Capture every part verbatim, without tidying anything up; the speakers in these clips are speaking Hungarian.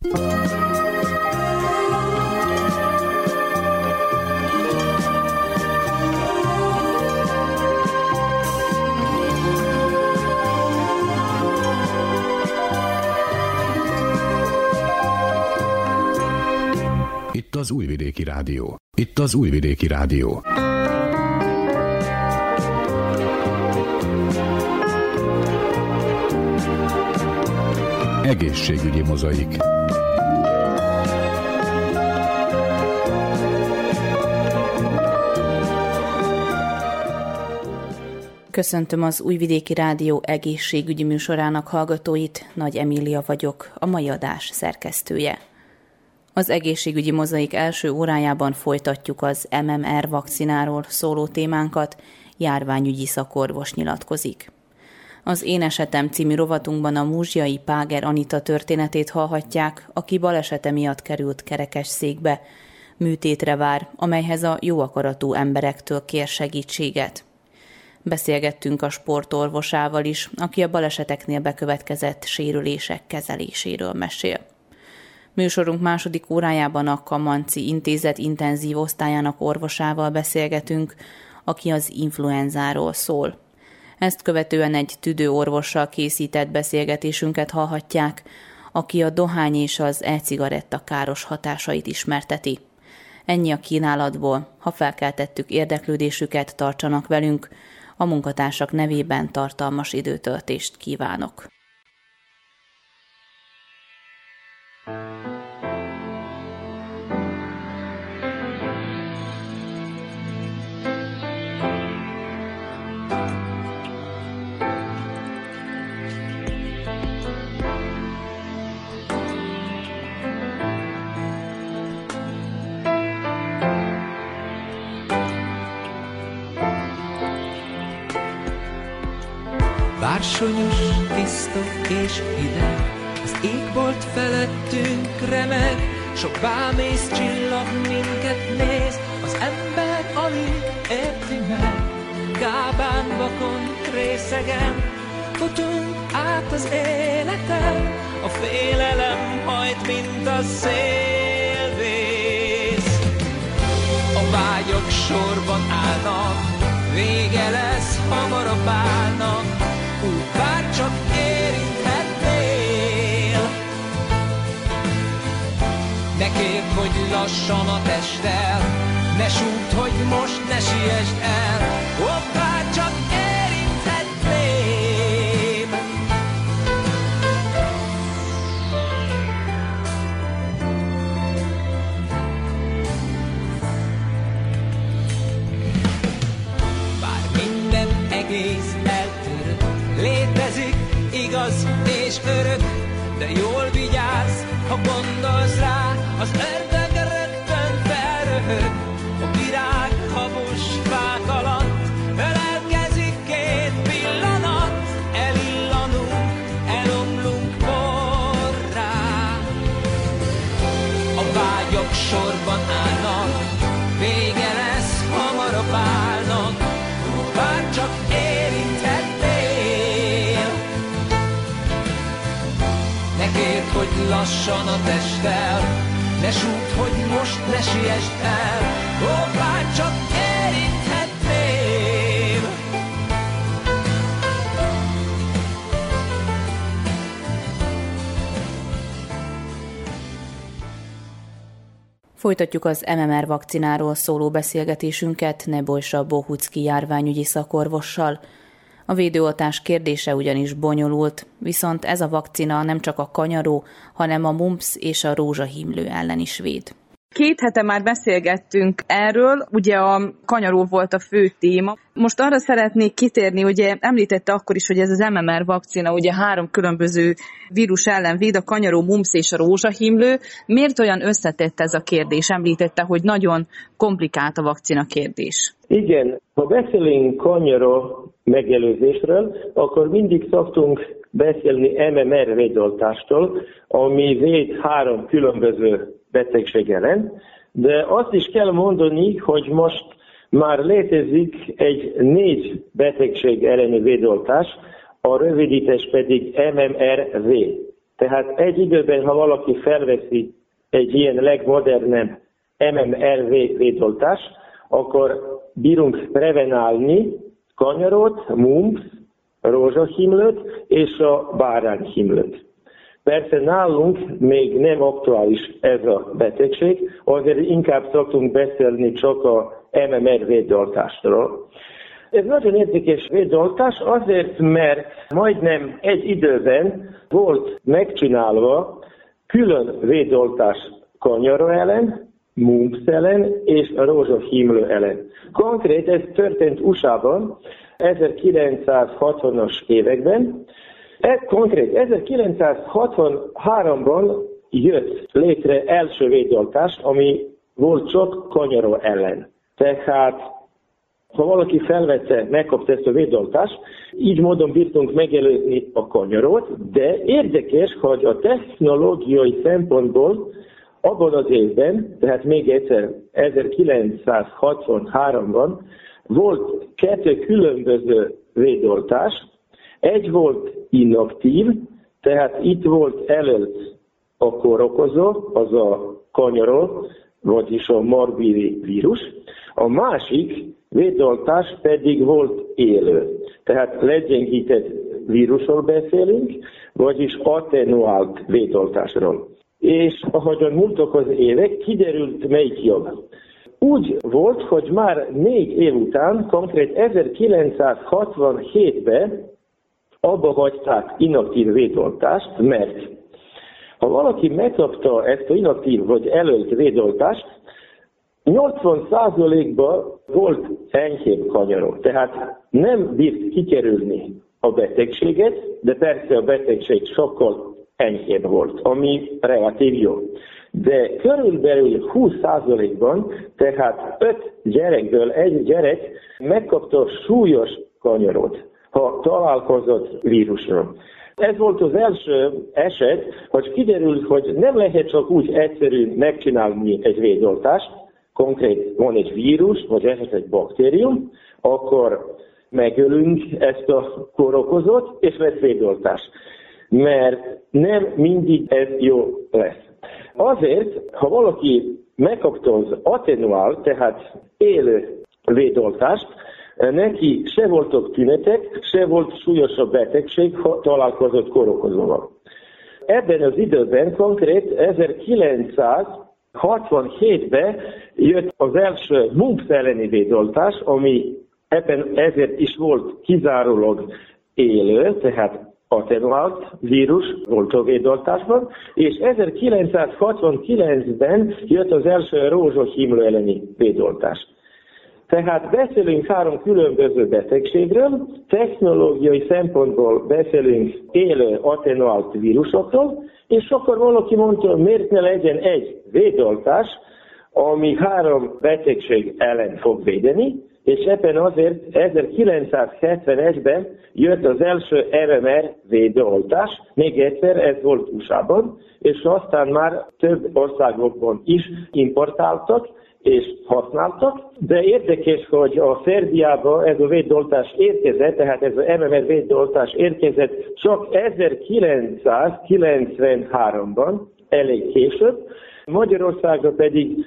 Itt az Újvidéki Rádió. Itt az Újvidéki Rádió. Egészségügyi mozaik. Köszöntöm az Újvidéki Rádió egészségügyi műsorának hallgatóit, Nagy Emília vagyok, a mai adás szerkesztője. Az egészségügyi mozaik első órájában folytatjuk az em em er vakcináról szóló témánkat, járványügyi szakorvos nyilatkozik. Az Én esetem című rovatunkban a múzsiai Páger Anita történetét hallhatják, aki balesete miatt került kerekesszékbe. Műtétre vár, amelyhez a jó akaratú emberektől kér segítséget. Beszélgettünk a sportorvosával is, aki a baleseteknél bekövetkezett sérülések kezeléséről mesél. Műsorunk második órájában a Kamanczy Intézet intenzív osztályának orvosával beszélgetünk, aki az influenzáról szól. Ezt követően egy tüdőorvossal készített beszélgetésünket hallhatják, aki a dohány és az e-cigaretta káros hatásait ismerteti. Ennyi a kínálatból, ha felkeltettük érdeklődésüket, tartsanak velünk, a munkatársak nevében tartalmas időtöltést kívánok. Bársonyos, tiszta és hideg, az égbolt felettünk remeg, sok bámész csillag minket néz, az ember alig érti meg. Kábán, vakon, részegen, futunk át az életen, a félelem hajt, mint a szélvész. A vágyok sorban állnak, vége lesz, hamarabb állnak, bár csak érinthetnél. Ne kérd, hogy lassan a testtel, ne súgd, hogy most ne siessd el, ó, bár csak érinthetném. Bár minden egész létezik, igaz és örök, de jól vigyázz, ha gondolsz rá, az ördög rögtön felröhög. A virág habos fák alatt ölelkezik két pillanat, elillanunk, elomlunk porrá. A vágyok sorban állnak, vége lesz, hamarabb állnak, bár csak érinthetnél. Ne kérd, hogy lassan a testtel, ne súgd, hogy most ne siessd el, ó, bár csak érinthetném. Folytatjuk az em em er vakcináról szóló beszélgetésünket Nebojsa Bohucki járványügyi szakorvossal. A védőoltás kérdése ugyanis bonyolult, viszont ez a vakcina nem csak a kanyaró, hanem a mumps és a rózsahímlő ellen is véd. Két hete már beszélgettünk erről, ugye a kanyaró volt a fő téma. Most arra szeretnék kitérni, ugye említette akkor is, hogy ez az em em er vakcina ugye három különböző vírus ellen véd, a kanyaró, mumps és a rózsahímlő. Miért olyan összetett ez a kérdés? Említette, hogy nagyon komplikált a vakcina kérdés. Igen, ha beszélünk kanyaró megelőzésről, akkor mindig szoktunk beszélni em em er védoltástól, ami véd három különböző betegség ellen, de azt is kell mondani, hogy most már létezik egy négy betegség elleni védoltás, a rövidítés pedig em em er vé. Tehát egy időben, ha valaki felveszi egy ilyen legmodernebb em em er vé védoltás, akkor bírunk prevenálni kanyarot, mumps, rózsahimlőt és a bárányhimlőt. Persze nálunk még nem aktuális ez a betegség, azért inkább szoktunk beszélni csak a em em er védoltásról. Ez nagyon érdekes védoltás azért, mert majdnem egy időben volt megcsinálva külön védoltás kanyara ellen, mumps ellen és a rózsahimlő ellen. Konkrét ez történt u es á-ban ezerkilencszázhatvanas években. Ez konkrét ezerkilencszázhatvanháromban jött létre első védoltás, ami volt csak kanyara ellen. Tehát ha valaki felvette, megkapta ezt a védoltást, így módon bírtunk megelőzni a kanyarot, de érdekes, hogy a technológiai szempontból abban az évben, tehát még egyszer ezerkilencszázhatvanháromban volt kettő különböző védoltás. Egy volt inaktív, tehát itt volt előtt a kórokozó, az a kanyaró, vagyis a morbidi vírus. A másik védoltás pedig volt élő. Tehát legyengített vírusról beszélünk, vagyis attenuált védoltásról. És ahogyan múltak az évek, kiderült melyik jobb. Úgy volt, hogy már négy év után, konkrét ezerkilencszázhatvanhétben abba hagyták inaktív védoltást, mert ha valaki megkapta ezt az inaktív vagy előtt védoltást, nyolcvan százalékban volt enyhébb kanyaró. Tehát nem bírt kikerülni a betegséget, de persze a betegség sokkal enyhébb volt, ami relatív jó. De körülbelül húsz százalékban, tehát öt gyerekből egy gyerek megkapta súlyos kanyarót, ha találkozott vírusról. Ez volt az első eset, hogy kiderült, hogy nem lehet csak úgy egyszerűen megcsinálni egy védoltást, konkrét van egy vírus, vagy esetleg baktérium, akkor megölünk ezt a kórokozót, és lesz védoltás. Mert nem mindig ez jó lesz. Azért, ha valaki megkapta az attenuál, tehát élő védoltást, neki se voltak tünetek, se volt súlyosabb betegség, ha találkozott kórokozóval. Ebben az időben, konkrét ezerkilencszázhatvanhétben jött az első mumps elleni védoltás, ami ebben ezért is volt kizárólag élő, tehát attenuált vírus volt a védoltásban, és ezerkilencszázhatvankilencben jött az első rózsahimlő elleni védoltás. Tehát beszélünk három különböző betegségről, technológiai szempontból beszélünk élő attenuált vírusokról, és akkor valaki mondta, miért ne legyen egy védoltás, ami három betegség ellen fog védeni, és ebben azért ezerkilencszázhetvenegyben jött az első em em er védőoltás, még egyszer ez volt u es á-ban, és aztán már több országokban is importáltak és használtak, de érdekes, hogy a Szerbiában ez a védőoltás érkezett, tehát ez az em em er védőoltás érkezett csak ezerkilencszázkilencvenháromban, elég később, Magyarországon pedig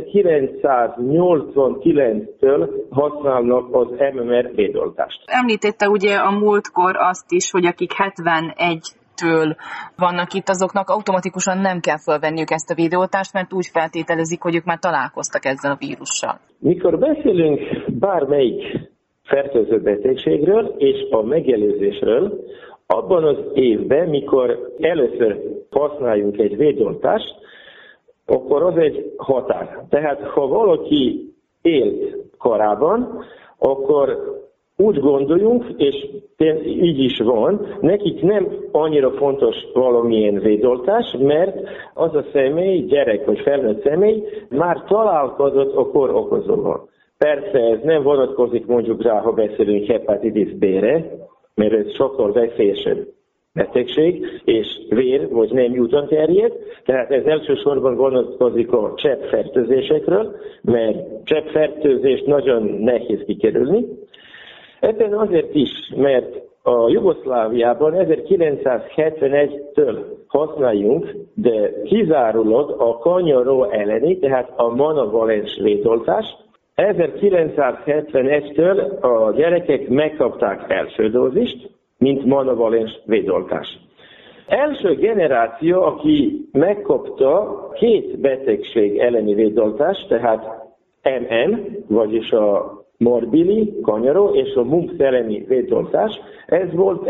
ezerkilencszáznyolcvankilenctől használnak az em em er védőoltást. Említette ugye a múltkor azt is, hogy akik hetvenegytől vannak itt, azoknak automatikusan nem kell felvenniük ezt a védőoltást, mert úgy feltételezik, hogy ők már találkoztak ezzel a vírussal. Mikor beszélünk bármelyik fertőző betegségről és a megelőzésről, abban az évben, mikor először használjunk egy védőoltást, akkor az egy határ. Tehát ha valaki élt korában, akkor úgy gondoljunk, és így is van, nekik nem annyira fontos valamilyen védőoltás, mert az a személy, gyerek vagy felnőtt személy már találkozott a kórokozóval. Persze ez nem vonatkozik mondjuk rá, ha beszélünk hepatitis B-re, mert ez sokkal veszélyesebb betegség, és vér vagy nem úton terjed, tehát ez elsősorban vonatkozik a cseppfertőzésekről, mert cseppfertőzést nagyon nehéz kikerülni. Ebben azért is, mert a Jugoszláviában ezerkilencszázhetvenegytől használjunk, de kizárólag a kanyaró elleni, tehát a monovalens védoltás. ezerkilencszázhetvenegytől a gyerekek megkapták első dózist, mint monovalens védoltás. Első generáció, aki megkapta két betegség elleni védoltást, tehát em em, vagyis a morbili, kanyaró és a mumps elleni védoltás, ez volt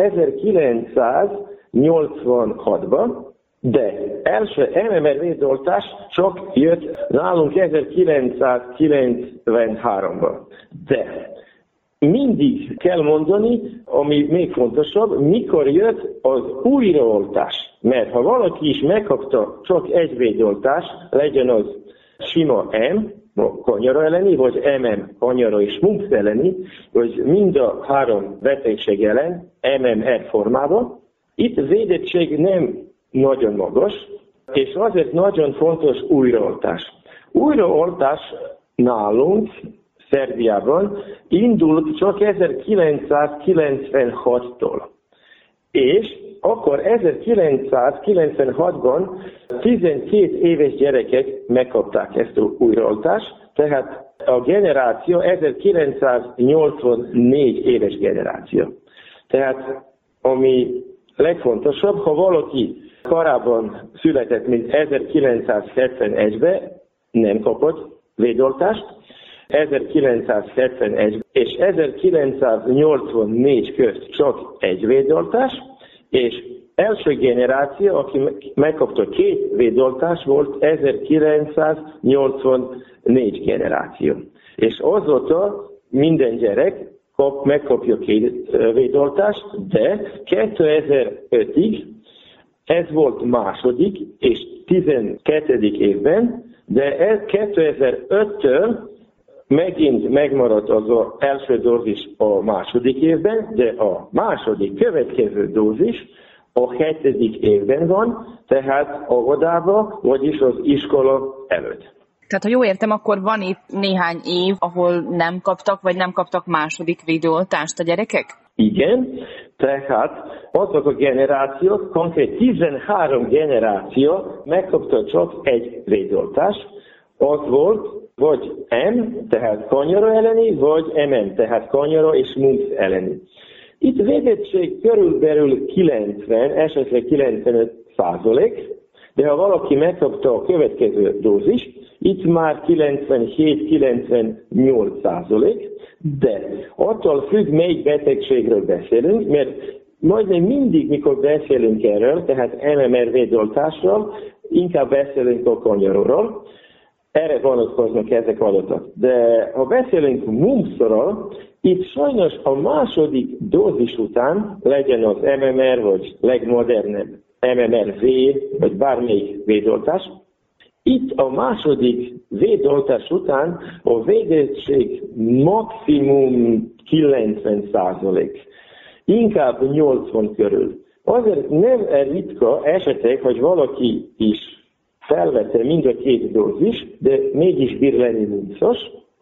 ezerkilencszáznyolcvanhatban, de első em em er védoltás csak jött nálunk ezerkilencszázkilencvenháromban. De mindig kell mondani, ami még fontosabb, mikor jött az újraoltás. Mert ha valaki is megkapta csak egy védoltást, legyen az sima M, kanyaró elleni, vagy em em kanyaró és mumps elleni, vagy mind a három betegség ellen em em er formában, itt védettség nem nagyon magas, és azért nagyon fontos újraoltás. Újraoltás nálunk, Szerbiában indult csak ezerkilencszázkilencvenhattól. És akkor ezerkilencszázkilencvenhatban tizenkét éves gyerekek megkapták ezt az újraoltást, tehát a generáció ezerkilencszáznyolcvannégy éves generáció. Tehát ami legfontosabb, ha valaki korábban született, mint ezerkilencszázhetvenegyben, nem kapott védoltást, ezerkilencszázhetvenegy és ezerkilencszáznyolcvannégy közt csak egy védoltás, és első generáció, aki megkapta két védoltást, volt ezerkilencszáznyolcvannégy generáció. És azóta minden gyerek kap, megkapja két védoltást, de kétezer-ötig ez volt második és tizenkettedik évben, de kétezer-öttől megint megmaradt az az első dózis a második évben, de a második következő dózis a hetedik évben van, tehát óvodában, vagyis az iskola előtt. Tehát, ha jól értem, akkor van itt néhány év, ahol nem kaptak, vagy nem kaptak második védőoltást a gyerekek? Igen, tehát azok a generációk, konkrét tizenhárom generáció megkapta csak egy védőoltást, az volt vagy M, tehát kanyaró elleni, vagy em em, tehát kanyaró és mumps elleni. Itt védettség körülbelül kilencven, esetleg kilencvenöt százalék, de ha valaki megkapta a következő dózis, itt már kilencvenhét-kilencvennyolc százalék, de attól függ, melyik betegségről beszélünk, mert majdnem mindig, mikor beszélünk erről, tehát em em er védoltásról, inkább beszélünk a kanyaróról, erre vonatkoznak ezek adatok. De ha beszélünk mumpsról, itt sajnos a második dózis után, legyen az em em er, vagy legmodernebb em em er vé, vagy bármelyik védoltás, itt a második védoltás után a védettség maximum kilencven százalék, inkább nyolcvan körül. Azért nem ritka esetek, hogy valaki is felvette mind a két dózis, de mégis bír lenni mumpsos.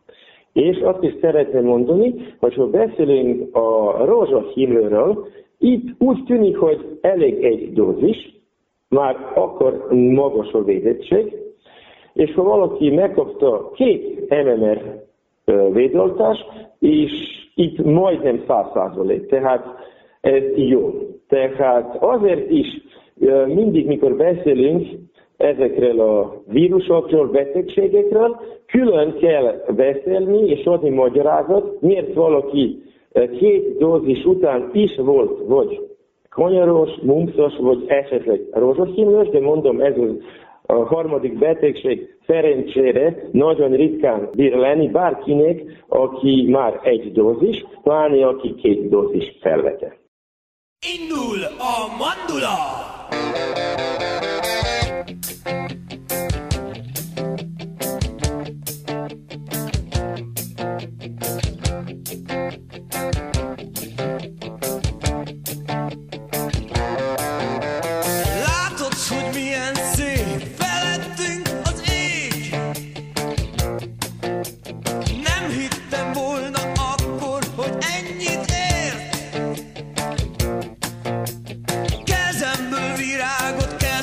És azt is szeretném mondani, hogy ha beszélünk a rózsahimlőről, itt úgy tűnik, hogy elég egy dózis, már akkor magas a védettség, és ha valaki megkapta két em em er védoltást, és itt majdnem száz százalék, tehát ez jó. Tehát azért is mindig, mikor beszélünk ezekről a vírusokról, betegségekről, külön kell beszélni és adni magyarázat, miért valaki két dózis után is volt, vagy kanyarós, mumpsos, vagy esetleg rózsahimlős, de mondom, ez a harmadik betegség szerencsére nagyon ritkán bír lenni bárkinek, aki már egy dózis, pláne aki két dózis felvette. Indul a mandula! Kezemből virágot kell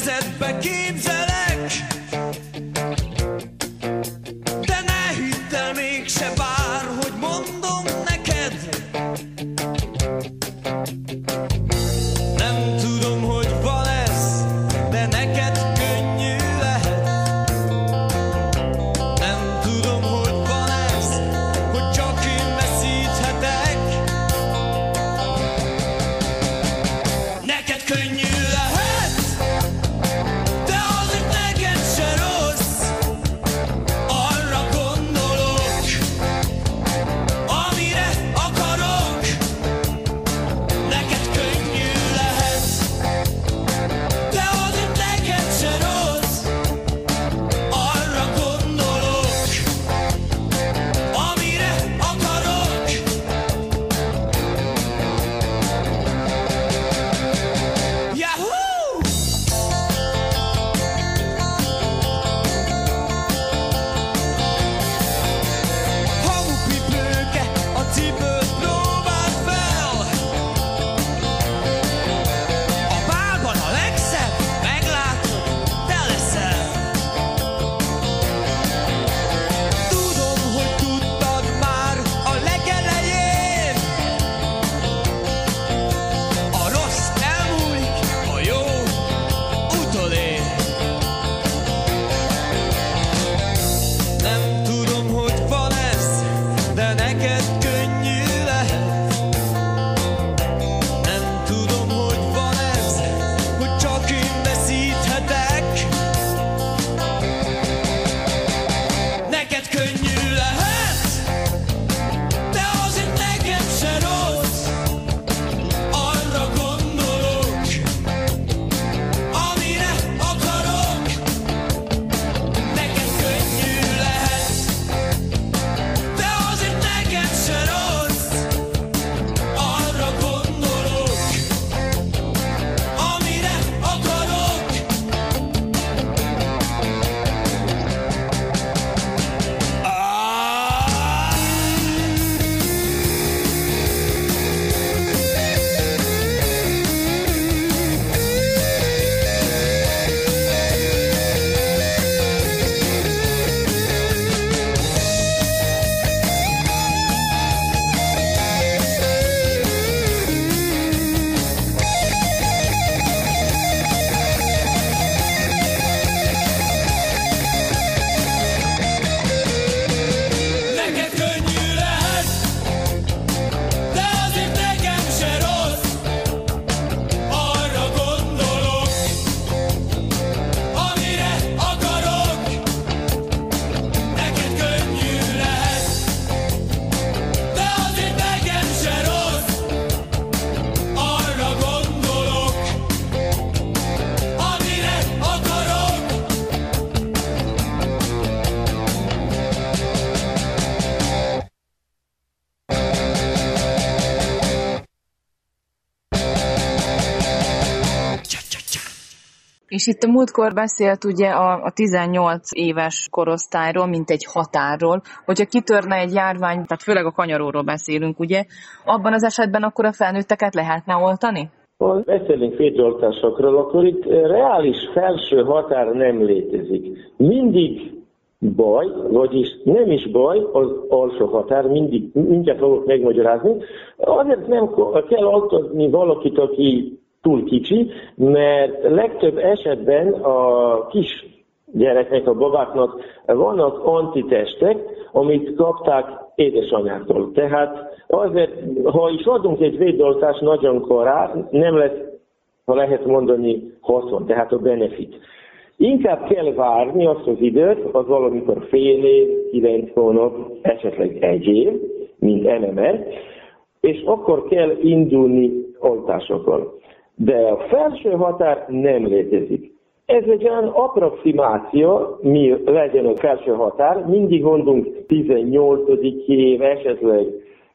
És itt a múltkor beszélt ugye a, a tizennyolc éves korosztályról, mint egy határról, hogyha kitörne egy járvány, tehát főleg a kanyaróról beszélünk, ugye, abban az esetben akkor a felnőtteket lehetne oltani? Ha beszélünk védőoltásokról, akkor itt reális felső határ nem létezik. Mindig baj, vagyis nem is baj az alsó határ, mindig, mindjárt fogok megmagyarázni. Azért nem kell oltatni valakit, aki túl kicsi, mert legtöbb esetben a kis gyereknek, a babáknak vannak antitestek, amit kapták édesanyától. Tehát azért, ha is adunk egy védőoltást nagyon korán, nem lesz, ha lehet mondani, haszon, tehát a benefit. Inkább kell várni azt az időt, az valamikor fél év, kilenc hónap, esetleg egy év, mint em em er, és akkor kell indulni oltásokkal. De a felső határ nem létezik. Ez egy olyan approximáció, mi legyen a felső határ, mindig mondunk tizennyolcadik év, esetleg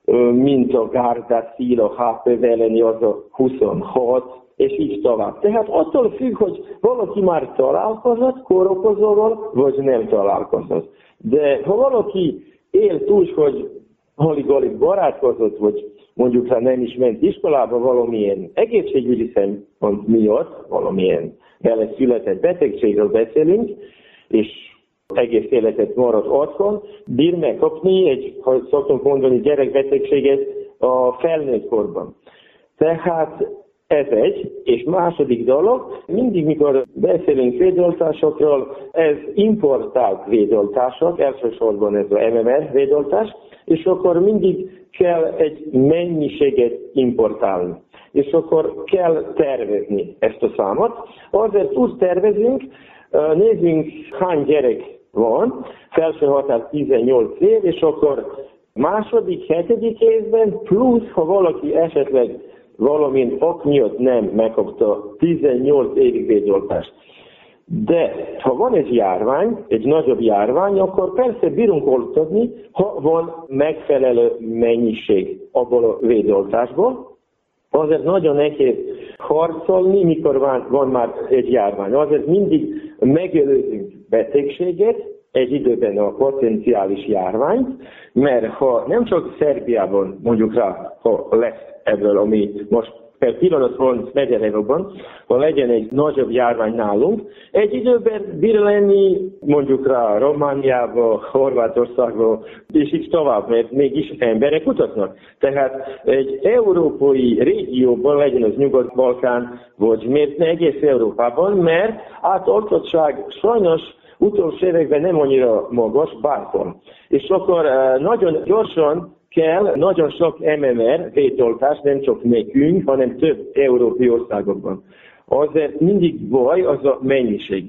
mint a Gardasil, a há pé vé elleni az a huszonhat, és így tovább. Tehát attól függ, hogy valaki már találkozott kórokozóval, vagy nem találkozott. De ha valaki él úgy, hogy alig-alig barátkozott, vagy mondjuk ha nem is ment iskolába valamilyen egészségügyi szempont miatt, valamilyen vele született betegségről beszélünk, és egész életet marad otthon, bír megkapni egy, ha szoktunk mondani, gyerekbetegséget a felnőtt korban. Tehát ez egy, és második dolog, mindig mikor beszélünk védőoltásokról, ez importált védőoltások, elsősorban ez a em em er védőoltás, és akkor mindig kell egy mennyiséget importálni. És akkor kell tervezni ezt a számot. Azért úgy tervezünk, nézzünk hány gyerek van, felső határ tizennyolc év, és akkor második, hetedik évben, plusz ha valaki esetleg valamilyen ok miatt nem megkapta tizennyolc évig védőoltást. De ha van egy járvány, egy nagyobb járvány, akkor persze bírunk oltatni, ha van megfelelő mennyiség abból a védőoltásból. Azért nagyon nehéz harcolni, mikor van, van már egy járvány. Azért mindig megelőzünk betegséget, egy időben a potenciális járványt, mert ha nem csak Szerbiában, mondjuk rá, ha lesz ebből, ami most per pillanat van Smederevóban, ha legyen egy nagyobb járvány nálunk, egy időben bír lenni mondjuk rá Romániába, Horvátországba, és így tovább, mert mégis emberek utatnak. Tehát egy európai régióban legyen az Nyugat-Balkán, vagy miért ne egész Európában, mert átoltottság sajnos utolsó években nem annyira magas bárhol. És akkor nagyon gyorsan kell nagyon sok em em er védőoltás, nem csak nekünk, hanem több európai országokban. Azért mindig baj az a mennyiség.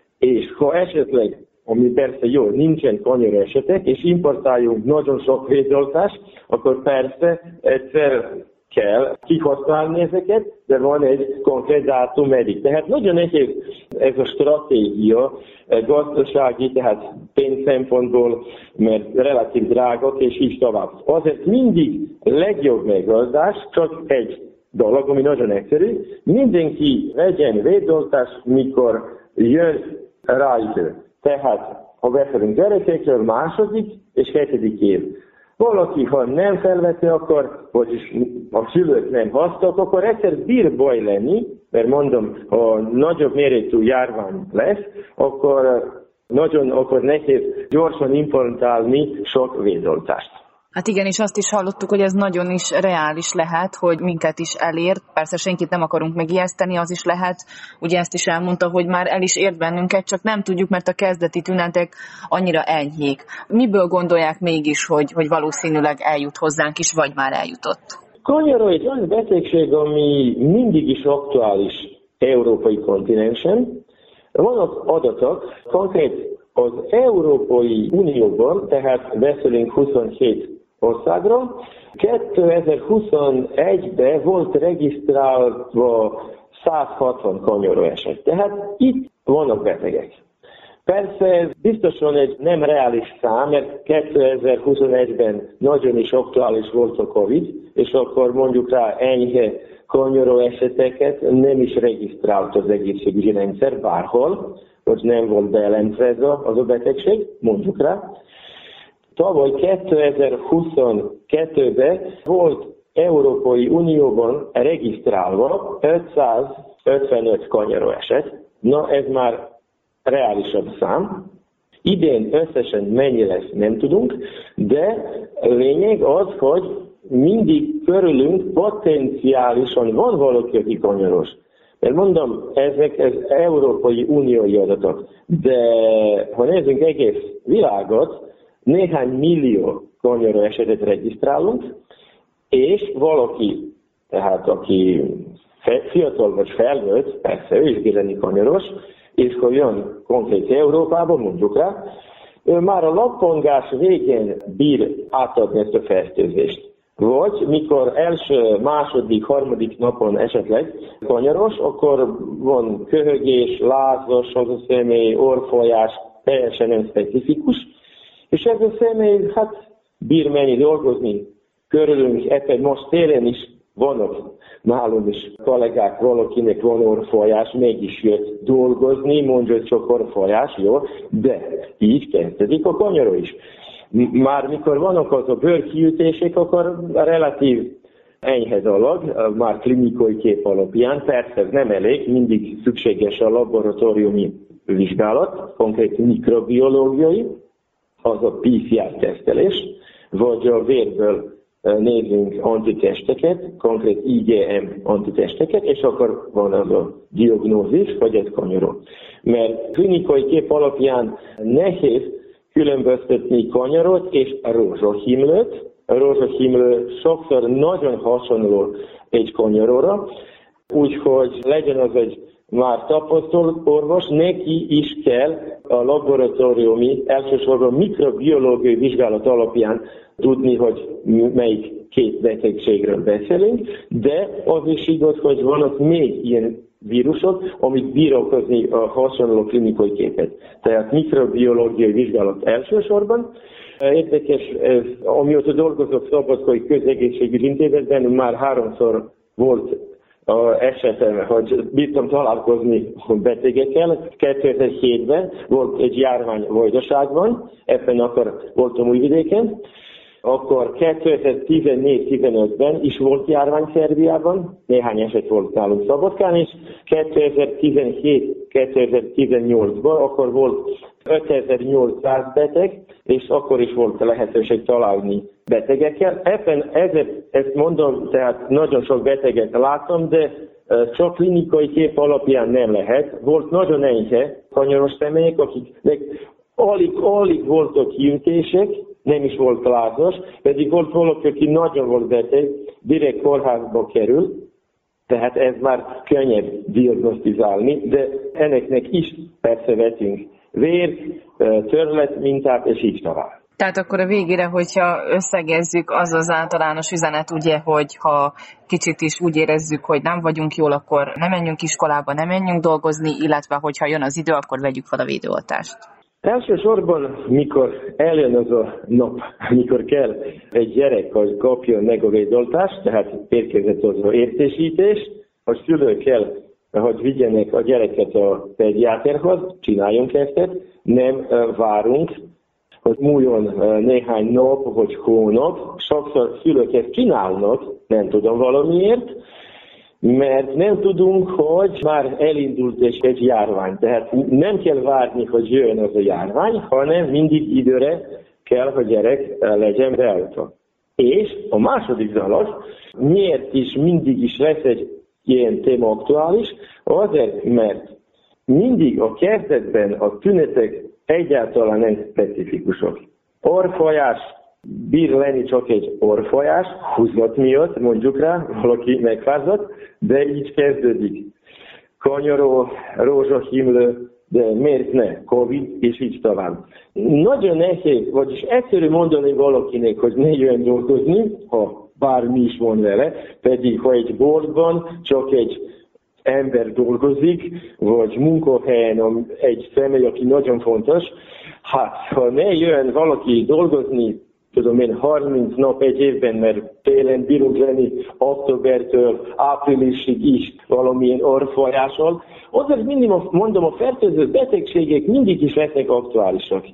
És ha esetleg, ami persze jó, nincsen kanyar esetek, és importáljunk nagyon sok védőoltást, akkor persze egyszer kell kihasználni ezeket, de van egy konkrét dátum eddig. Tehát nagyon nehéz ez a stratégia gazdasági, tehát pénz szempontból, mert relatív drágak, és így tovább. Azért mindig legjobb megoldás, csak egy dolog, ami nagyon egyszerű, mindenki vegyen védőoltást, mikor jön rá idő. Tehát, ha beszélünk gyerekekről, második és hetedik év. Valaki, ha nem felvette, akkor, vagyis a szülők nem hasztak, akkor egyszer bír baj lenni, mert mondom, ha nagyobb méretű járvány lesz, akkor nagyon akkor nehéz gyorsan importálni sok védőoltást. Hát igen, és azt is hallottuk, hogy ez nagyon is reális lehet, hogy minket is elér. Persze senkit nem akarunk megijeszteni, az is lehet, ugye ezt is elmondta, hogy már el is ért bennünket, csak nem tudjuk, mert a kezdeti tünetek annyira enyhék. Miből gondolják mégis, hogy, hogy valószínűleg eljut hozzánk is, vagy már eljutott? Kanyaró egy olyan betegség, ami mindig is aktuális európai kontinensen. Vannak adatok, konkrét az Európai Unióban, tehát beszélünk huszonhét országról, kétezer-huszonegyben volt regisztrálva száz hatvan kanyaró eset. Tehát itt vannak betegek. Persze ez biztosan egy nem reális szám, mert kétezer-huszonegyben nagyon is aktuális volt a Covid, és akkor mondjuk rá enyhe konyaró eseteket nem is regisztrált az egészségügyi rendszer bárhol, hogy nem volt bejelentve ez a, az a betegség, mondjuk rá. Tavaly kétezer-huszonkettőben volt Európai Unióban regisztrálva ötszázötvenöt kanyaró eset. Na, ez már reálisabb szám. Idén összesen mennyi lesz, nem tudunk, de a lényeg az, hogy mindig körülünk potenciálisan van valaki, aki kanyaros. Mert mondom, ezek az Európai Uniói adatok, de ha nézzünk egész világot, néhány millió kanyaró esetet regisztrálunk, és valaki, tehát aki fiatal vagy felnőtt, persze ő is bír lenni kanyaros, és hogy jön konkrét Európában, mondjuk rá, ő már a lappangás végén bír átadni ezt a fertőzést. Vagy mikor első, második, harmadik napon esetleg kanyaros, akkor van köhögés, lázas az a személy, orrfolyás, teljesen nem specifikus, és ez a személy hát bír menni dolgozni körülünk, ebben most télen is vannak nálunk is kollégák, valakinek van orrfolyás, mégis jött dolgozni, mondja, hogy csak orrfolyás, jó, de így kezdődik a kanyaró is. Már mikor vannak az a bőrkiütések, akkor relatív enyhe dolog, már klinikai kép alapján, persze ez nem elég, mindig szükséges a laboratóriumi vizsgálat, konkrét mikrobiológiai, az a pé cé er-tesztelés, vagy a vérből nézzünk antitesteket, konkrét i gé em antitesteket, és akkor van az a diagnózis, hogy ez kanyaró. Mert klinikai kép alapján nehéz különböztetni kanyarót és a rózsahimlőt. A rózsahimlő sokszor nagyon hasonló egy kanyaróra, úgyhogy legyen az egy már tapasztalt orvos, neki is kell a laboratóriumi, elsősorban mikrobiológiai vizsgálat alapján tudni, hogy melyik két betegségről beszélünk, de az is igaz, hogy vannak még ilyen vírusok, amik bír okozni a hasonló klinikai képet. Tehát mikrobiológiai vizsgálat elsősorban. Érdekes, ez, amióta dolgozok Szabadkai Közegészségügyi Intézetben, már háromszor volt az esetem, hogy bírtam találkozni betegekkel. kétezer-hétben volt egy járvány Vajdaságban, ebben akkor voltam Újvidéken. Akkor kétezer-tizennégy-tizenötben is volt járvány Szerbiában, néhány eset volt nálunk Szabadkán, és kétezer-tizenhét-kétezer-tizennyolcban akkor volt ötezer-nyolcszáz beteg, és akkor is volt lehetőség találni betegekkel. Ebben ezért, ezt mondom, tehát nagyon sok beteget láttam, de csak klinikai kép alapján nem lehet. Volt nagyon enyhe kanyaros személyek, akiknek alig, alig voltak kiütések, nem is volt lázas, pedig volt valaki, aki nagyon volt beteg, direkt kórházba kerül, tehát ez már könnyebb diagnosztizálni, de ennek is persze vetünk vér, törletmintát, és így tovább. Tehát akkor a végére, hogyha összegezzük, az az általános üzenet, ugye, hogy ha kicsit is úgy érezzük, hogy nem vagyunk jól, akkor nem menjünk iskolába, nem menjünk dolgozni, illetve hogyha jön az idő, akkor vegyük fel a védőoltást. Elsősorban, mikor eljön az a nap, mikor kell egy gyerek, hogy kapjon meg a védőoltást, tehát érkezett az az értesítés, a szülő kell, hogy vigyenek a gyereket a pediáterhoz, csináljunk ezt, nem várunk, hogy múljon néhány nap vagy hónap. Sokszor szülők ezt csinálnak, nem tudom valamiért, mert nem tudunk, hogy már elindult egy járvány. Tehát nem kell várni, hogy jöjjön az a járvány, hanem mindig időre kell, hogy gyerek legyen beállítva. És a második dolog, miért is mindig is lesz egy ilyen téma aktuális, azért, mert mindig a kezdetben a tünetek egyáltalán nem specifikusok. Orrfolyás bír lenni csak egy orrfolyás, húzat miatt, mondjuk rá, valaki megfázott, de így kezdődik. Kanyaró, rózsahimlő, de miért ne? Covid, és így tovább. Nagyon nehéz, vagyis egyszerű mondani valakinek, hogy ne jöjjön dolgozni, ha bármi is van vele, pedig ha egy boltban csak egy ember dolgozik, vagy munkahelyen egy személy, aki nagyon fontos, hát ha ne jön valaki dolgozni tudom én, harminc nap egy évben, mert télen bírunk lenni októbertől áprilisig is valamilyen orrfolyással. Azért mindig mondom, a fertőző betegségek mindig is lesznek aktuálisak.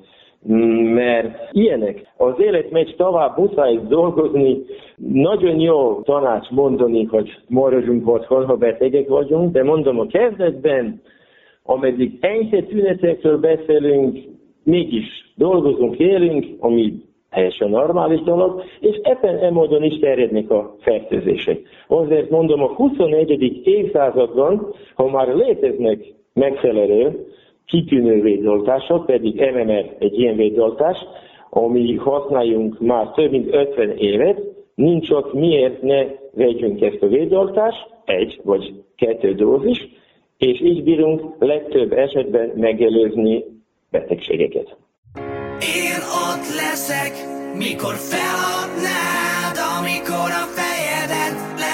Mert ilyenek. Az élet megy tovább, muszáj dolgozni. Nagyon jó tanács mondani, hogy maradjunk otthon, ha betegek vagyunk, de mondom, a kezdetben, ameddig enyhe tünetekről beszélünk, mégis dolgozunk, élünk, ami teljesen normális dolog, és ebben e módon is terjednek a fertőzések. Azért mondom, a huszonegyedik évszázadban, ha már léteznek megfelelő, kitűnő védoltások, pedig em em er egy ilyen védoltás, ami használjunk már több mint ötven évet, nincs ott miért ne vegyünk ezt a védoltást, egy vagy kettő dózis, és így bírunk legtöbb esetben megelőzni betegségeket. Én ott leszek, mikor feladnád, amikor a fejedet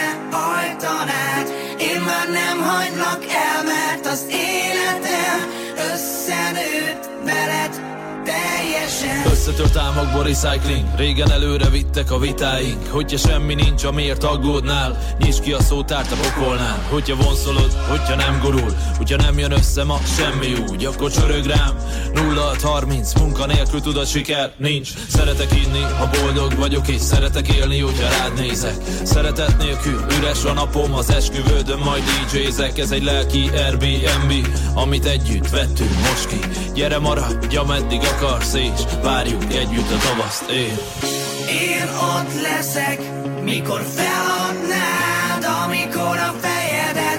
lehajtanád. Én már nem hagylak el, mert az életem összenőtt veled teljesen. Összetört álmokból recycling, régen előre vittek a vitáink. Hogyha semmi nincs, amiért aggódnál, nyisd ki a szótárt a pokolnál. Hogyha vonszolod, hogyha nem gurul, hogyha nem jön össze ma semmi úgy, akkor csörög rám nulla hat harminc, munka nélkül tudod, siker nincs. Szeretek inni, ha boldog vagyok, és szeretek élni, hogyha rád nézek. Szeretet nélkül üres a napom, az esküvődön majd dé jézek. Ez egy lelki Airbnb, amit együtt vettünk most ki. Gyere maradj, ameddig akarsz, és várjuk együtt a tavaszt, én. Én ott leszek, mikor feladnád, amikor a fejedet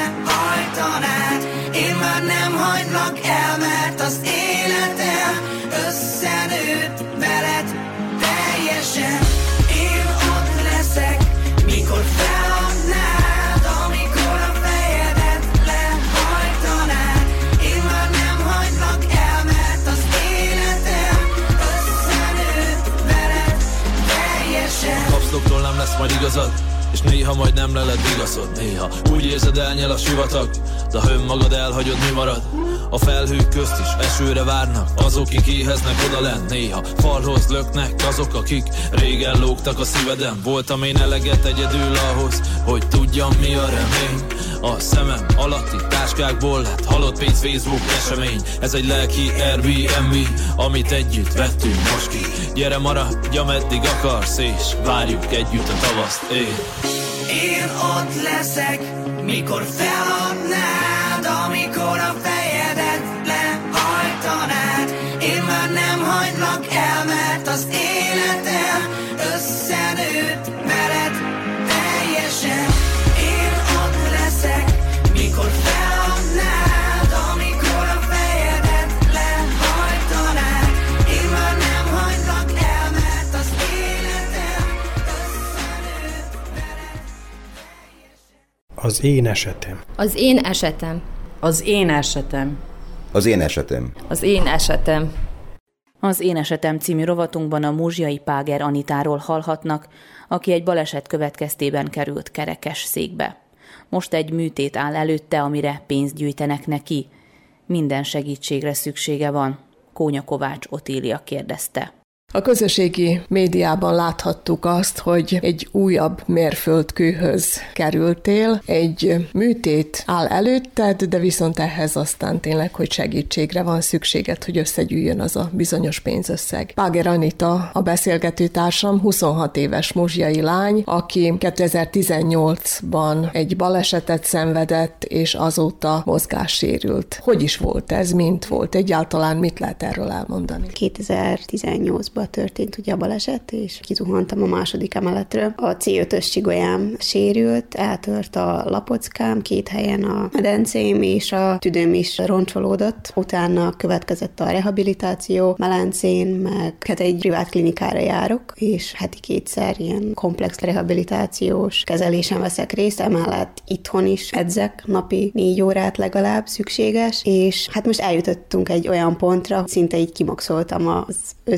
lehajtanád. Én már nem hagylak el, mert az életem összenőtt veled teljesen. Én ott leszek, mikor feladnád, amikor a fejedet lehajtanád. Én már nem hagylak el, mert az életem összenőtt veled teljesen. Kapszloktól nem lesz majd igazad, és néha majd nem leled igazod. Néha úgy érzed, elnyel a sivatag, de ha önmagad elhagyod, mi marad? A felhők közt is esőre várnak azok, kik éheznek odalent. Néha falhoz löknek azok, akik régen lógtak a szíveden. Voltam én eleget egyedül ahhoz, hogy tudjam, mi a remény. A szemem alatti táskákból lett halott pénz, Facebook esemény. Ez egy lelki Airbnb, amit együtt vettünk most ki. Gyere maradj, ameddig akarsz, és várjuk együtt a tavaszt, én. Én ott leszek, mikor feladnád, amikor a fejedet lehajtanád. Én már nem hagylak el, mert az életem összenőtt veled teljesen. Én ott leszek, mikor feladnád, amikor a fejedet lehajtanád. Én már nem hagylak el, mert az életem összenőtt veled teljesen. Az én esetem. Az én esetem. Az én esetem. Az én esetem. Az én esetem. Az Én esetem című rovatunkban a muzsiai Páger Anitáról hallhatnak, aki egy baleset következtében került kerekes székbe. Most egy műtét áll előtte, amire pénzt gyűjtenek neki. Minden segítségre szüksége van. Kónya Kovács Otília kérdezte. A közösségi médiában láthattuk azt, hogy egy újabb mérföldkőhöz kerültél, egy műtét áll előtted, de viszont ehhez aztán tényleg, hogy segítségre van szükséged, hogy összegyűjjön az a bizonyos pénzösszeg. Páger Anita a beszélgetőtársam, huszonhat éves muzsiai lány, aki kétezer-tizennyolcban egy balesetet szenvedett, és azóta mozgássérült. Hogy is volt ez, mint volt egyáltalán, mit lehet erről elmondani? kétezer-tizennyolcban történt ugye a baleset, és kizuhantam a második emeletről. A cé ötös csigolyám sérült, eltört a lapockám, két helyen a medencém, és a tüdőm is roncsolódott. Utána következett a rehabilitáció Melencén, meg hát egy privát klinikára járok, és heti kétszer ilyen komplex rehabilitációs kezelésen veszek részt, emellett itthon is edzek, napi négy órát legalább szükséges, és hát most eljutottunk egy olyan pontra, szinte így kimaxoltam az összeset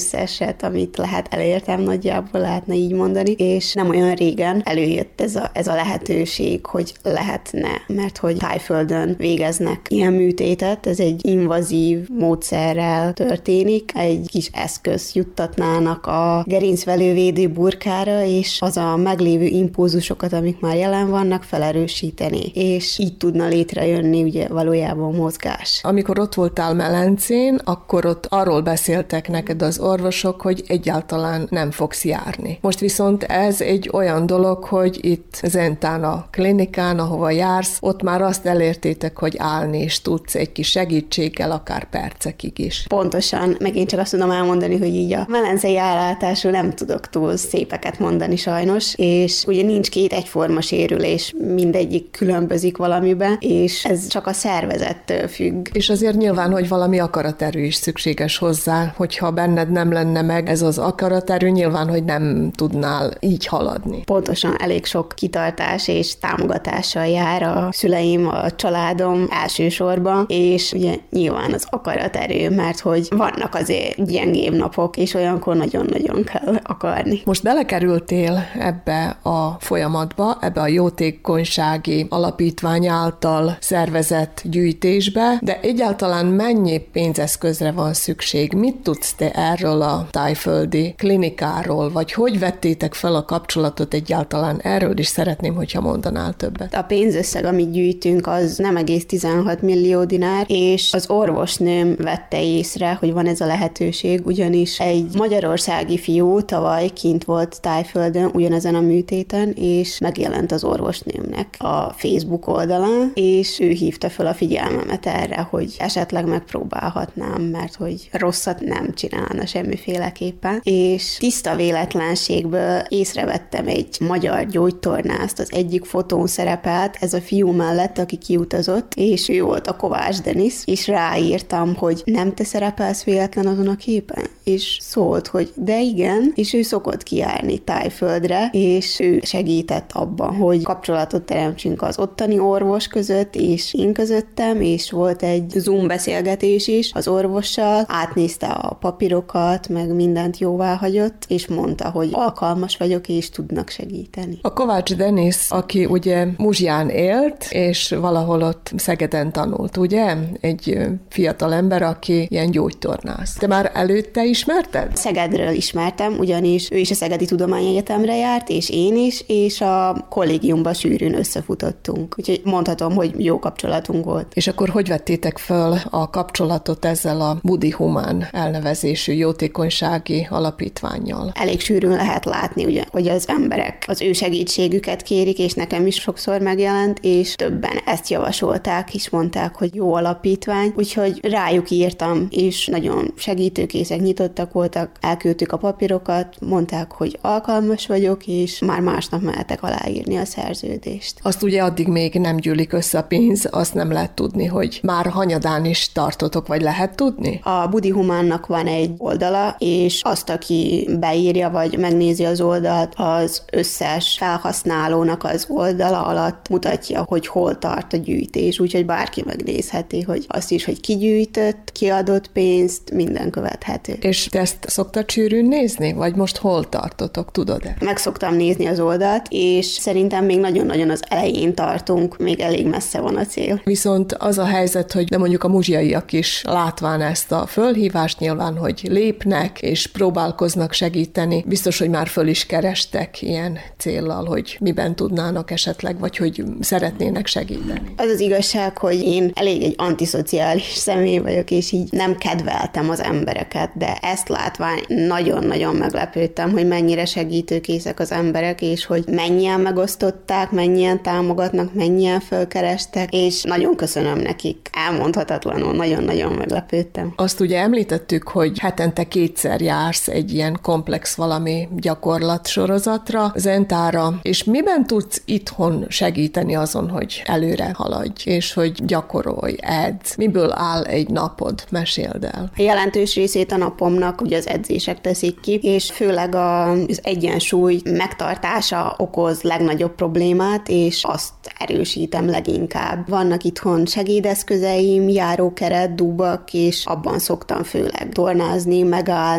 keveset, amit lehet elértem nagyjából, lehetne így mondani, és nem olyan régen előjött ez a, ez a lehetőség, hogy lehetne, mert hogy Thaiföldön végeznek ilyen műtétet, ez egy invazív módszerrel történik, egy kis eszköz juttatnának a gerincvelővédő burkára, és az a meglévő impulzusokat, amik már jelen vannak, felerősíteni, és így tudna létrejönni ugye valójában mozgás. Amikor ott voltál Melencén, akkor ott arról beszéltek neked az orvosok, hogy egyáltalán nem fogsz járni. Most viszont ez egy olyan dolog, hogy itt Zentán a klinikán, ahova jársz, ott már azt elértétek, hogy állni is tudsz egy kis segítséggel, akár percekig is. Pontosan, meg én csak azt tudom elmondani, hogy így a melencei állátásról nem tudok túl szépeket mondani sajnos, és ugye nincs két egyforma sérülés, mindegyik különbözik valamiben, és ez csak a szervezettől függ. És azért nyilván, hogy valami akaraterő is szükséges hozzá, hogyha benned nem lenne meg ez az akaraterő, nyilván, hogy nem tudnál így haladni. Pontosan, elég sok kitartás és támogatással jár a szüleim, a családom elsősorban, és ugye nyilván az akaraterő, mert hogy vannak azért gyengébb napok, és olyankor nagyon-nagyon kell akarni. Most belekerültél ebbe a folyamatba, ebbe a jótékonysági alapítvány által szervezett gyűjtésbe, de egyáltalán mennyi pénzeszközre van szükség? Mit tudsz te erről a thaiföldi klinikáról, vagy hogy vettétek fel a kapcsolatot egyáltalán? Erről is szeretném, hogyha mondanál többet. A pénzösszeg, amit gyűjtünk, az nem egész tizenhat millió dinár, és az orvosnőm vette észre, hogy van ez a lehetőség, ugyanis egy magyarországi fiú tavaly kint volt Thaiföldön, ugyanezen a műtéten, és megjelent az orvosnőmnek a Facebook oldalán, és ő hívta fel a figyelmemet erre, hogy esetleg megpróbálhatnám, mert hogy rosszat nem csinálna semmiféleképpen, és tiszta véletlenségből észrevettem egy magyar gyógytornászt, az egyik fotón szerepelt, ez a fiú mellett, aki kiutazott, és ő volt a Kovács Denis, és ráírtam, hogy nem te szerepelsz véletlen azon a képen? És szólt, hogy de igen, és ő szokott kijárni Thaiföldre, és ő segített abban, hogy kapcsolatot teremtsünk az ottani orvos között, és én közöttem, és volt egy Zoom beszélgetés is az orvossal, átnézte a papírokat, meg mindent jóvá hagyott, és mondta, hogy alkalmas vagyok, és tudnak segíteni. A Kovács Denis, aki ugye Muzsján élt, és valahol ott Szegeden tanult, ugye? Egy fiatal ember, aki ilyen gyógytornász. Te már előtte ismerted? Szegedről ismertem, ugyanis ő is a Szegedi Tudományegyetemre járt, és én is, és a kollégiumban sűrűn összefutottunk. Úgyhogy mondhatom, hogy jó kapcsolatunk volt. És akkor hogy vettétek föl a kapcsolatot ezzel a Budi Humán elnevezésű jótékonysági alapítvánnyal? Elég sűrűn lehet látni, ugye, hogy az emberek az ő segítségüket kérik, és nekem is sokszor megjelent, és többen ezt javasolták, és mondták, hogy jó alapítvány, úgyhogy rájuk írtam, és nagyon segítőkészek, nyitottak voltak, elküldtük a papírokat, mondták, hogy alkalmas vagyok, és már másnap mehetek aláírni a szerződést. Azt ugye addig még nem gyűlik össze a pénz, azt nem lehet tudni, hogy már hanyadán is tartotok, vagy lehet tudni? A Budi Humánnak van egy oldala, és azt, aki beírja, vagy megnézi az oldalt, az összes felhasználónak az oldala alatt mutatja, hogy hol tart a gyűjtés, úgyhogy bárki megnézheti, hogy azt is, hogy ki gyűjtött, ki adott pénzt, minden követhető. És te ezt szoktad sűrűn nézni? Vagy most hol tartotok, tudod-e? Meg szoktam nézni az oldalt, és szerintem még nagyon-nagyon az elején tartunk, még elég messze van a cél. Viszont az a helyzet, hogy de mondjuk a muzsiaiak is látván ezt a fölhívást nyilván, hogy lépnek és próbálkoznak segíteni, biztos, hogy már föl is kerestek ilyen céllal, hogy miben tudnának esetleg, vagy hogy szeretnének segíteni. Az az igazság, hogy én elég egy antiszociális személy vagyok, és így nem kedveltem az embereket, de ezt látván nagyon-nagyon meglepődtem, hogy mennyire segítőkészek az emberek, és hogy mennyien megosztották, mennyien támogatnak, mennyien fölkerestek, és nagyon köszönöm nekik. Elmondhatatlanul, nagyon-nagyon meglepődtem. Azt ugye említettük, hogy hetente kétszer jársz egy ilyen komplex valami gyakorlatsorozatra, Zentára, és miben tudsz itthon segíteni azon, hogy előre haladj, és hogy gyakorolj, edz? Miből áll egy napod? Meséld el. A jelentős részét a napomnak ugye az edzések teszik ki, és főleg az egyensúly megtartása okoz legnagyobb problémát, és azt erősítem leginkább. Vannak itthon segédeszközeim, járókeret, dúbak, és abban szoktam főleg tornázni, megállni,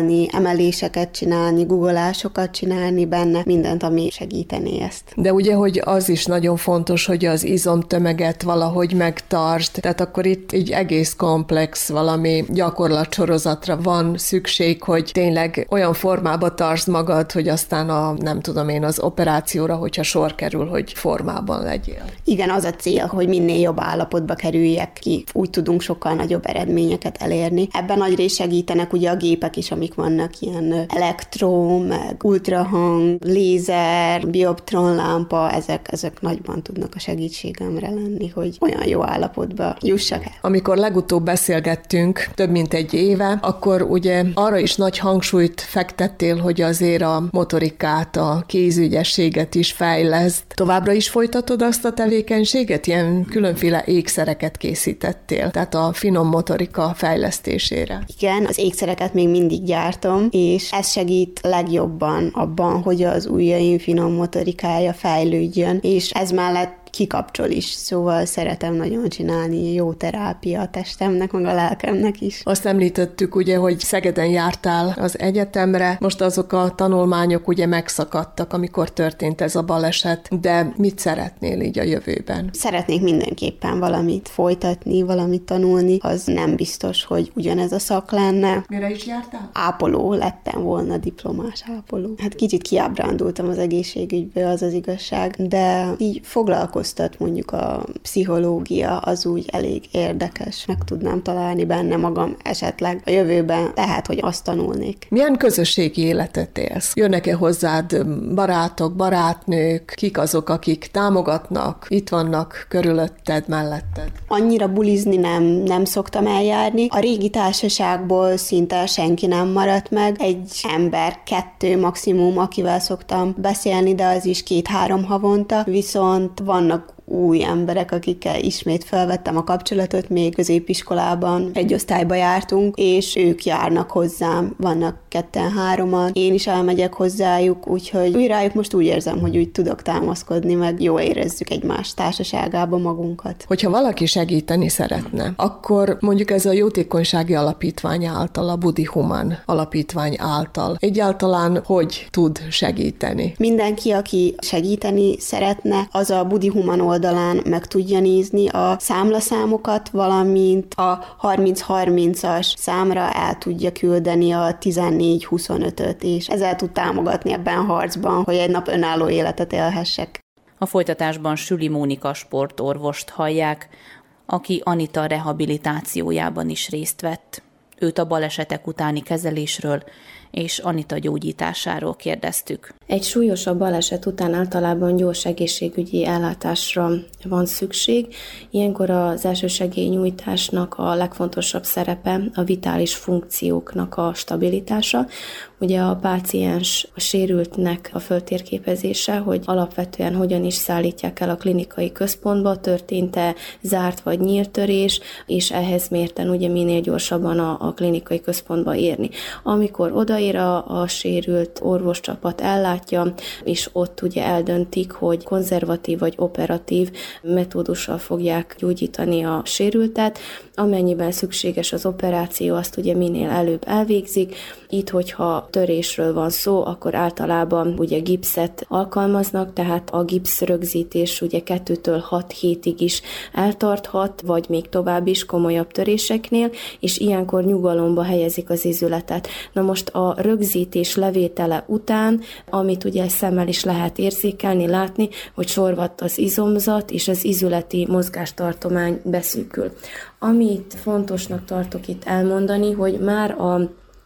ugrálni, emeléseket csinálni, guggolásokat csinálni benne, mindent, ami segítené ezt. De ugye, hogy az is nagyon fontos, hogy az izomtömeget valahogy megtartsd, tehát akkor itt egy egész komplex valami gyakorlatsorozatra van szükség, hogy tényleg olyan formába tartsd magad, hogy aztán a, nem tudom én, az operációra, hogyha sor kerül, hogy formában legyél. Igen, az a cél, hogy minél jobb állapotba kerüljek ki. Úgy tudunk sokkal nagyobb eredményeket elérni. Ebben nagy rész segítenek ugye a gépek is, amik vannak, ilyen elektro, meg ultrahang, lézer, bioptronlámpa, ezek, ezek nagyban tudnak a segítségemre lenni, hogy olyan jó állapotba jussak el. Amikor legutóbb beszélgettünk, több mint egy éve, akkor ugye arra is nagy hangsúlyt fektettél, hogy azért a motorikát, a kézügyességet is fejleszt. Továbbra is folytatod azt a tevékenységet? Ilyen különféle ékszereket készítettél, tehát a finom motorika fejlesztésére. Igen, az ékszereket még mindig gyártom, és ez segít legjobban abban, hogy az ujjaim finom motorikája fejlődjön, és ez mellett kikapcsol is, szóval szeretem nagyon csinálni, jó terápia a testemnek, meg a lelkemnek is. Azt említettük ugye, hogy Szegeden jártál az egyetemre, most azok a tanulmányok ugye megszakadtak, amikor történt ez a baleset, de mit szeretnél így a jövőben? Szeretnék mindenképpen valamit folytatni, valamit tanulni, az nem biztos, hogy ugyanez a szak lenne. Mire is jártál? Ápoló lettem volna, diplomás ápoló. Hát kicsit kiábrándultam az egészségügyből, az az igazság, de így foglalkoztam mondjuk a pszichológia, az úgy elég érdekes. Meg tudnám találni benne magam esetleg a jövőben, lehet, hogy azt tanulnék. Milyen közösségi életet élsz? Jönnek-e hozzád barátok, barátnők? Kik azok, akik támogatnak, itt vannak körülötted, melletted? Annyira bulizni nem, nem szoktam eljárni. A régi társaságból szinte senki nem maradt meg. Egy ember, kettő maximum, akivel szoktam beszélni, de az is két-három havonta. Viszont vannak új emberek, akikkel ismét felvettem a kapcsolatot, még középiskolában egy osztályba jártunk, és ők járnak hozzám, vannak ketten-hároman, én is elmegyek hozzájuk, úgyhogy úgy rájuk most úgy érzem, hogy úgy tudok támaszkodni, meg jól érezzük egymás társaságában magunkat. Hogyha valaki segíteni szeretne, akkor mondjuk ez a Jótékonysági Alapítvány által, a Budi Human Alapítvány által egyáltalán hogy tud segíteni? Mindenki, aki segíteni szeretne, az a Budi Human oldalán meg tudja nézni a számlaszámokat, valamint a harminc harmincas számra el tudja küldeni a tizennégy huszonötöt, és ezzel tud támogatni ebben a harcban, hogy egy nap önálló életet élhessek. A folytatásban Süli Mónika sportorvost hallják, aki Anita rehabilitációjában is részt vett. Őt a balesetek utáni kezelésről és Anita gyógyításáról kérdeztük. Egy súlyosabb baleset után általában gyors egészségügyi ellátásra van szükség. Ilyenkor az elsősegélynyújtásnak a legfontosabb szerepe a vitális funkcióknak a stabilitása. Ugye a páciens, a sérültnek a föltérképezése, hogy alapvetően hogyan is szállítják el a klinikai központba, történt-e zárt vagy nyílt törés, és ehhez mérten ugye minél gyorsabban a, a klinikai központba érni. Amikor odaér a, a sérült, orvoscsapat ellátja, és ott ugye eldöntik, hogy konzervatív vagy operatív metódussal fogják gyógyítani a sérültet, amennyiben szükséges az operáció, azt ugye minél előbb elvégzik. Itt, hogyha törésről van szó, akkor általában ugye gipszet alkalmaznak, tehát a gipsz rögzítés ugye kettőtől hat hétig is eltarthat, vagy még tovább is komolyabb töréseknél, és ilyenkor nyugalomba helyezik az izületet. Na most a rögzítés levétele után, amit ugye szemmel is lehet érzékelni, látni, hogy sorvadt az izomzat, és az izületi mozgástartomány beszűkül. Amit fontosnak tartok itt elmondani, hogy már a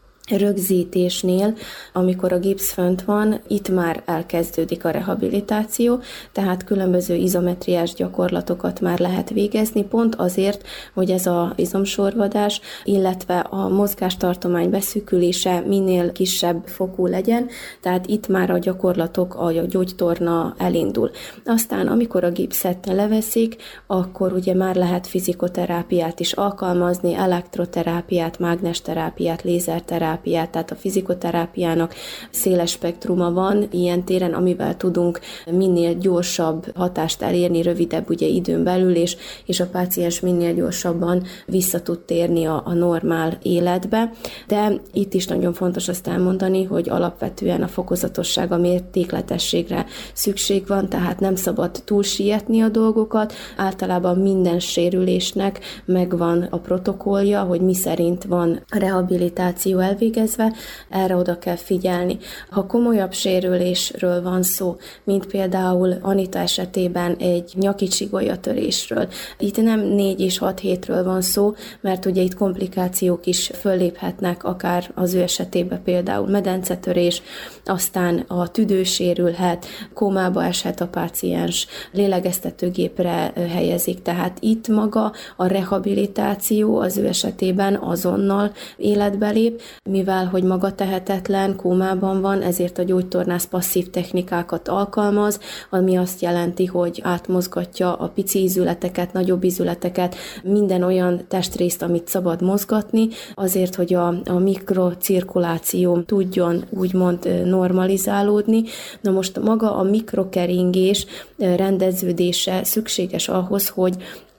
rögzítésnél, amikor a gipsz fönt van, itt már elkezdődik a rehabilitáció, tehát különböző izometriás gyakorlatokat már lehet végezni, pont azért, hogy ez az izomsorvadás, illetve a mozgástartomány beszűkülése minél kisebb fokú legyen, tehát itt már a gyakorlatok, a gyógytorna elindul. Aztán, amikor a gipszet leveszik, akkor ugye már lehet fizikoterápiát is alkalmazni, elektroterápiát, mágnesterápiát, lézerterápiát, terápiát, tehát a fizikoterápiának széles spektruma van ilyen téren, amivel tudunk minél gyorsabb hatást elérni, rövidebb ugye időn belül, és, és a páciens minél gyorsabban vissza tud térni a, a normál életbe. De itt is nagyon fontos azt elmondani, hogy alapvetően a fokozatosság, a mértékletességre szükség van, tehát nem szabad túl sietni a dolgokat. Általában minden sérülésnek megvan a protokollja, hogy mi szerint van rehabilitáció elvégezve, erre oda kell figyelni. Ha komolyabb sérülésről van szó, mint például Anita esetében egy nyaki csigolyatörésről, itt nem négy és hat hétről van szó, mert ugye itt komplikációk is fölléphetnek, akár az ő esetében például medencetörés, aztán a tüdő sérülhet, kómába eshet a páciens, lélegeztetőgépre helyezik, tehát itt maga a rehabilitáció az ő esetében azonnal életbe lép, mivel hogy maga tehetetlen, kómában van, ezért a gyógytornász passzív technikákat alkalmaz, ami azt jelenti, hogy átmozgatja a pici ízületeket, nagyobb ízületeket, minden olyan testrészt, amit szabad mozgatni, azért, hogy a, a mikrocirkuláció tudjon úgymond normalizálódni. Na most maga a mikrokeringés rendeződése szükséges ahhoz, hogy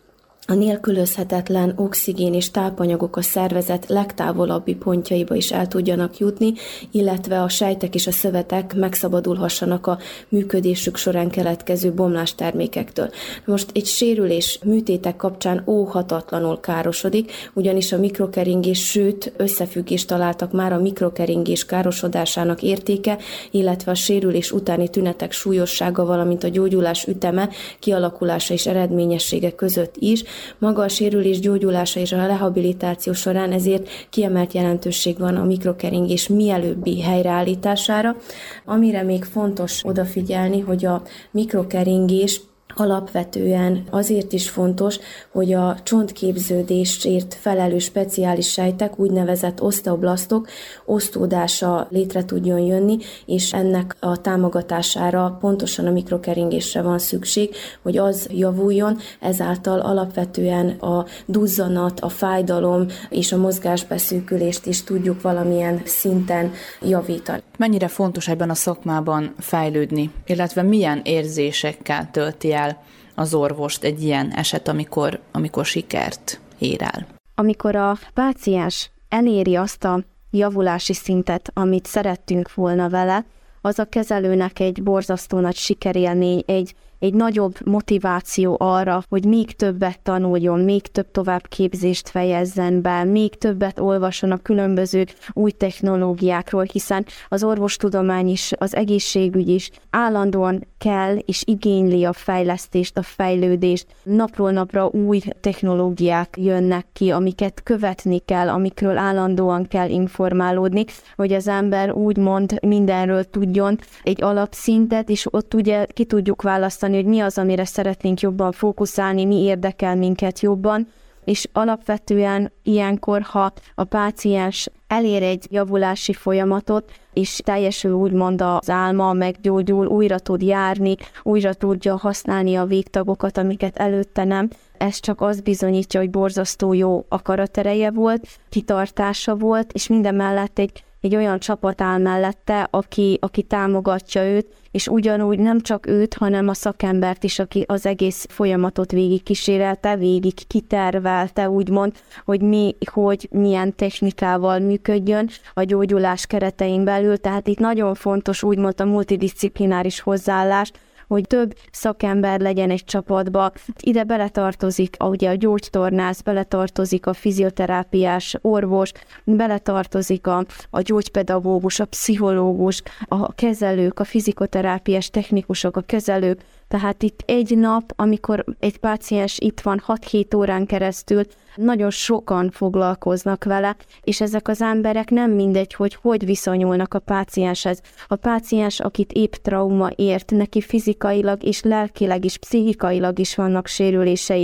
a nélkülözhetetlen oxigén és tápanyagok a szervezet legtávolabbi pontjaiba is el tudjanak jutni, illetve a sejtek és a szövetek megszabadulhassanak a működésük során keletkező bomlástermékektől. Most egy sérülés műtétek kapcsán óhatatlanul károsodik, ugyanis a mikrokeringés, sőt összefüggést találtak már a mikrokeringés károsodásának értéke, illetve a sérülés utáni tünetek súlyossága, valamint a gyógyulás üteme, kialakulása és eredményessége között is. Maga a sérülés gyógyulása és a rehabilitáció során ezért kiemelt jelentőség van a mikrokeringés mielőbbi helyreállítására. Amire még fontos odafigyelni, hogy a mikrokeringés alapvetően azért is fontos, hogy a csontképződésért felelős speciális sejtek, úgynevezett oszteoblasztok osztódása létre tudjon jönni, és ennek a támogatására pontosan a mikrokeringésre van szükség, hogy az javuljon, ezáltal alapvetően a duzzanat, a fájdalom és a mozgásbeszűkülést is tudjuk valamilyen szinten javítani. Mennyire fontos ebben a szakmában fejlődni, illetve milyen érzésekkel tölti el az orvost egy ilyen eset, amikor, amikor sikert ér el? Amikor a páciens eléri azt a javulási szintet, amit szerettünk volna vele, az a kezelőnek egy borzasztó nagy sikerélmény, egy, egy nagyobb motiváció arra, hogy még többet tanuljon, még több továbbképzést fejezzen be, még többet olvasson a különböző új technológiákról, hiszen az orvostudomány is, az egészségügy is állandóan kell és igényli a fejlesztést, a fejlődést. Napról napra új technológiák jönnek ki, amiket követni kell, amikről állandóan kell informálódni, hogy az ember úgymond mindenről tudjon egy alapszintet, és ott ugye ki tudjuk választani, hogy mi az, amire szeretnénk jobban fókuszálni, mi érdekel minket jobban, és alapvetően ilyenkor, ha a páciens elér egy javulási folyamatot, és teljesül úgymond az álma, meggyógyul, újra tud járni, újra tudja használni a végtagokat, amiket előtte nem. Ez csak azt bizonyítja, hogy borzasztó jó akaratereje volt, kitartása volt, és minden mellett egy egy olyan csapat áll mellette, aki, aki támogatja őt, és ugyanúgy nem csak őt, hanem a szakembert is, aki az egész folyamatot végig kísérelte, végig kitervelte, úgymond, hogy mi, hogy milyen technikával működjön a gyógyulás keretein belül. Tehát itt nagyon fontos úgymond a multidisciplináris hozzáállás, hogy több szakember legyen egy csapatba. Ide beletartozik ugye a gyógytornász, beletartozik a fizioterápiás orvos, beletartozik a, a gyógypedagógus, a pszichológus, a kezelők, a fizikoterápiás technikusok, a kezelők. Tehát itt egy nap, amikor egy páciens itt van hat-hét órán keresztül, nagyon sokan foglalkoznak vele, és ezek az emberek nem mindegy, hogy hogy viszonyulnak a pácienshez. A páciens, akit épp trauma ért, neki fizikailag és lelkileg is, pszichikailag is vannak sérülései,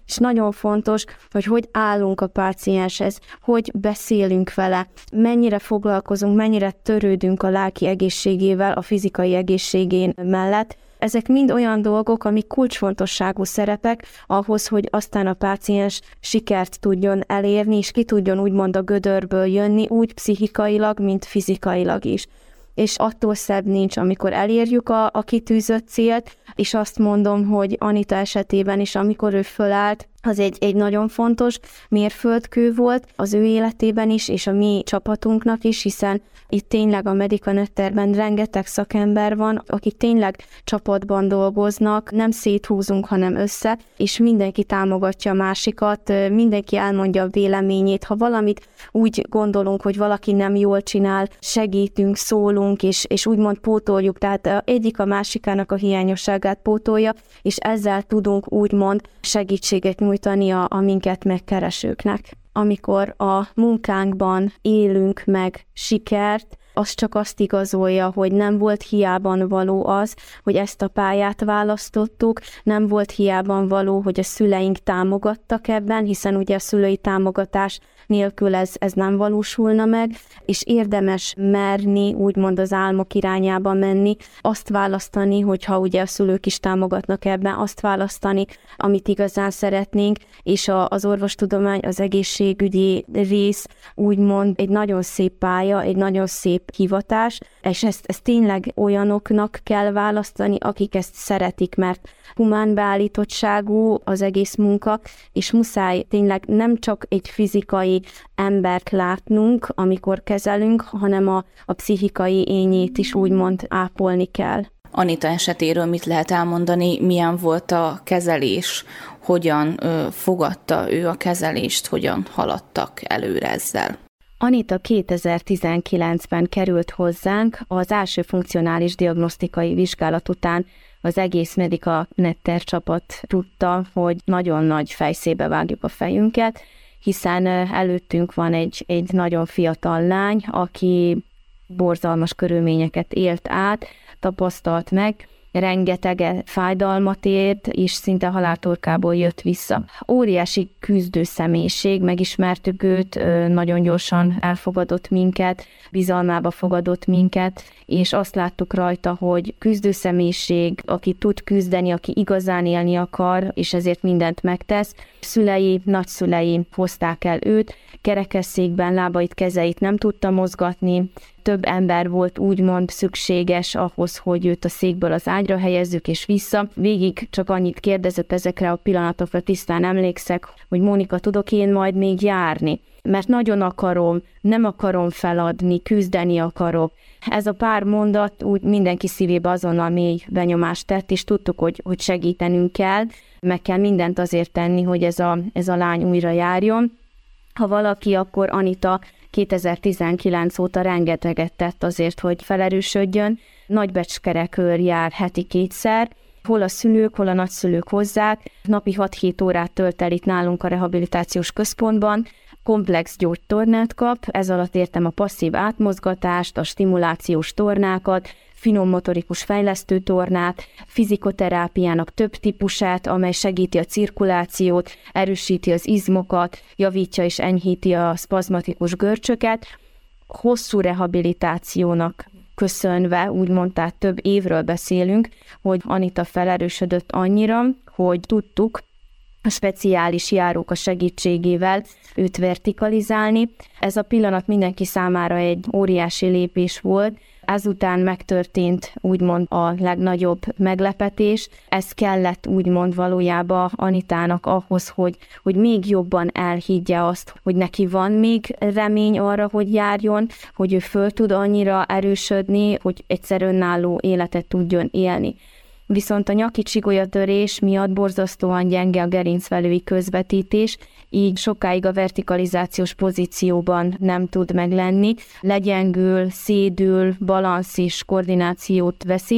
És nagyon fontos, hogy hogy állunk a pácienshez, hogy beszélünk vele, mennyire foglalkozunk, mennyire törődünk a lelki egészségével, a fizikai egészségén mellett. Ezek mind olyan dolgok, amik kulcsfontosságú szerepek ahhoz, hogy aztán a páciens sikert tudjon elérni, és ki tudjon úgymond a gödörből jönni, úgy pszichikailag, mint fizikailag is. És attól szebb nincs, amikor elérjük a, a kitűzött célt, és azt mondom, hogy Anita esetében is, amikor ő fölállt, az egy, egy nagyon fontos mérföldkő volt az ő életében is, és a mi csapatunknak is, hiszen itt tényleg a Medica-Netterben rengeteg szakember van, akik tényleg csapatban dolgoznak, nem széthúzunk, hanem össze, és mindenki támogatja a másikat, mindenki elmondja a véleményét. Ha valamit úgy gondolunk, hogy valaki nem jól csinál, segítünk, szólunk, és, és úgymond pótoljuk, tehát egyik a másikának a hiányosságát pótolja, és ezzel tudunk úgymond segítséget nyújtani a, a minket megkeresőknek. Amikor a munkánkban élünk meg sikert, az csak azt igazolja, hogy nem volt hiában való az, hogy ezt a pályát választottuk, nem volt hiában való, hogy a szüleink támogattak ebben, hiszen ugye a szülői támogatás nélkül ez, ez nem valósulna meg, és érdemes merni, úgymond az álmok irányába menni, azt választani, hogyha ugye a szülők is támogatnak ebben, azt választani, amit igazán szeretnénk, és a, az orvostudomány, az egészségügyi rész úgymond egy nagyon szép pálya, egy nagyon szép hivatás, és ezt, ezt tényleg olyanoknak kell választani, akik ezt szeretik, mert humán beállítottságú az egész munka, és muszáj tényleg nem csak egy fizikai embert látnunk, amikor kezelünk, hanem a, a pszichikai ényét is úgymond ápolni kell. Anita esetéről mit lehet elmondani, milyen volt a kezelés, hogyan ö, fogadta ő a kezelést, hogyan haladtak előre ezzel? Anita kétezer-tizenkilencben került hozzánk, az első funkcionális diagnosztikai vizsgálat után az egész Medica-Netter csapat tudta, hogy nagyon nagy fejszébe vágjuk a fejünket, hiszen előttünk van egy, egy nagyon fiatal lány, aki borzalmas körülményeket élt át, tapasztalt meg, rengeteg fájdalmat ért, és szinte haláltorkából jött vissza. Óriási küzdő személyiség, megismertük őt, nagyon gyorsan elfogadott minket, bizalmába fogadott minket, és azt láttuk rajta, hogy küzdő személyiség, aki tud küzdeni, aki igazán élni akar, és ezért mindent megtesz. Szülei, nagyszülei hozták el őt, kerekesszékben lábait, kezeit nem tudta mozgatni, több ember volt úgymond szükséges ahhoz, hogy őt a székből az ágyra helyezzük és vissza. Végig csak annyit kérdezett ezekre a pillanatokra, tisztán emlékszek, hogy Mónika, tudok én majd még járni? Mert nagyon akarom, nem akarom feladni, küzdeni akarok. Ez a pár mondat úgy mindenki szívébe azonnal mély benyomást tett, és tudtuk, hogy, hogy segítenünk kell, meg kell mindent azért tenni, hogy ez a, ez a lány újra járjon. Ha valaki, akkor Anita kétezer-tizenkilenc óta rengeteget tett azért, hogy felerősödjön. Nagybecskerekről jár heti kétszer, hol a szülők, hol a nagyszülők hozzák. Napi hat-hét órát tölt el itt nálunk a rehabilitációs központban, komplex gyógytornát kap, ez alatt értem a passzív átmozgatást, a stimulációs tornákat, finom motorikus fejlesztő tornát, fizikoterápiának több típusát, amely segíti a cirkulációt, erősíti az izmokat, javítja és enyhíti a szpazmatikus görcsöket. Hosszú rehabilitációnak köszönve, úgymond, tehát több évről beszélünk, hogy Anita felerősödött annyira, hogy tudtuk a speciális járók a segítségével őt vertikalizálni. Ez a pillanat mindenki számára egy óriási lépés volt. Ezután megtörtént úgymond a legnagyobb meglepetés. Ez kellett úgymond valójában Anitának ahhoz, hogy, hogy még jobban elhiggye azt, hogy neki van még remény arra, hogy járjon, hogy ő föl tud annyira erősödni, hogy egyszer önálló életet tudjon élni. Viszont a nyaki csigolyatörés miatt borzasztóan gyenge a gerincvelői közvetítés, így sokáig a vertikalizációs pozícióban nem tud meglenni, legyengül, szédül, balansz és koordinációt veszít,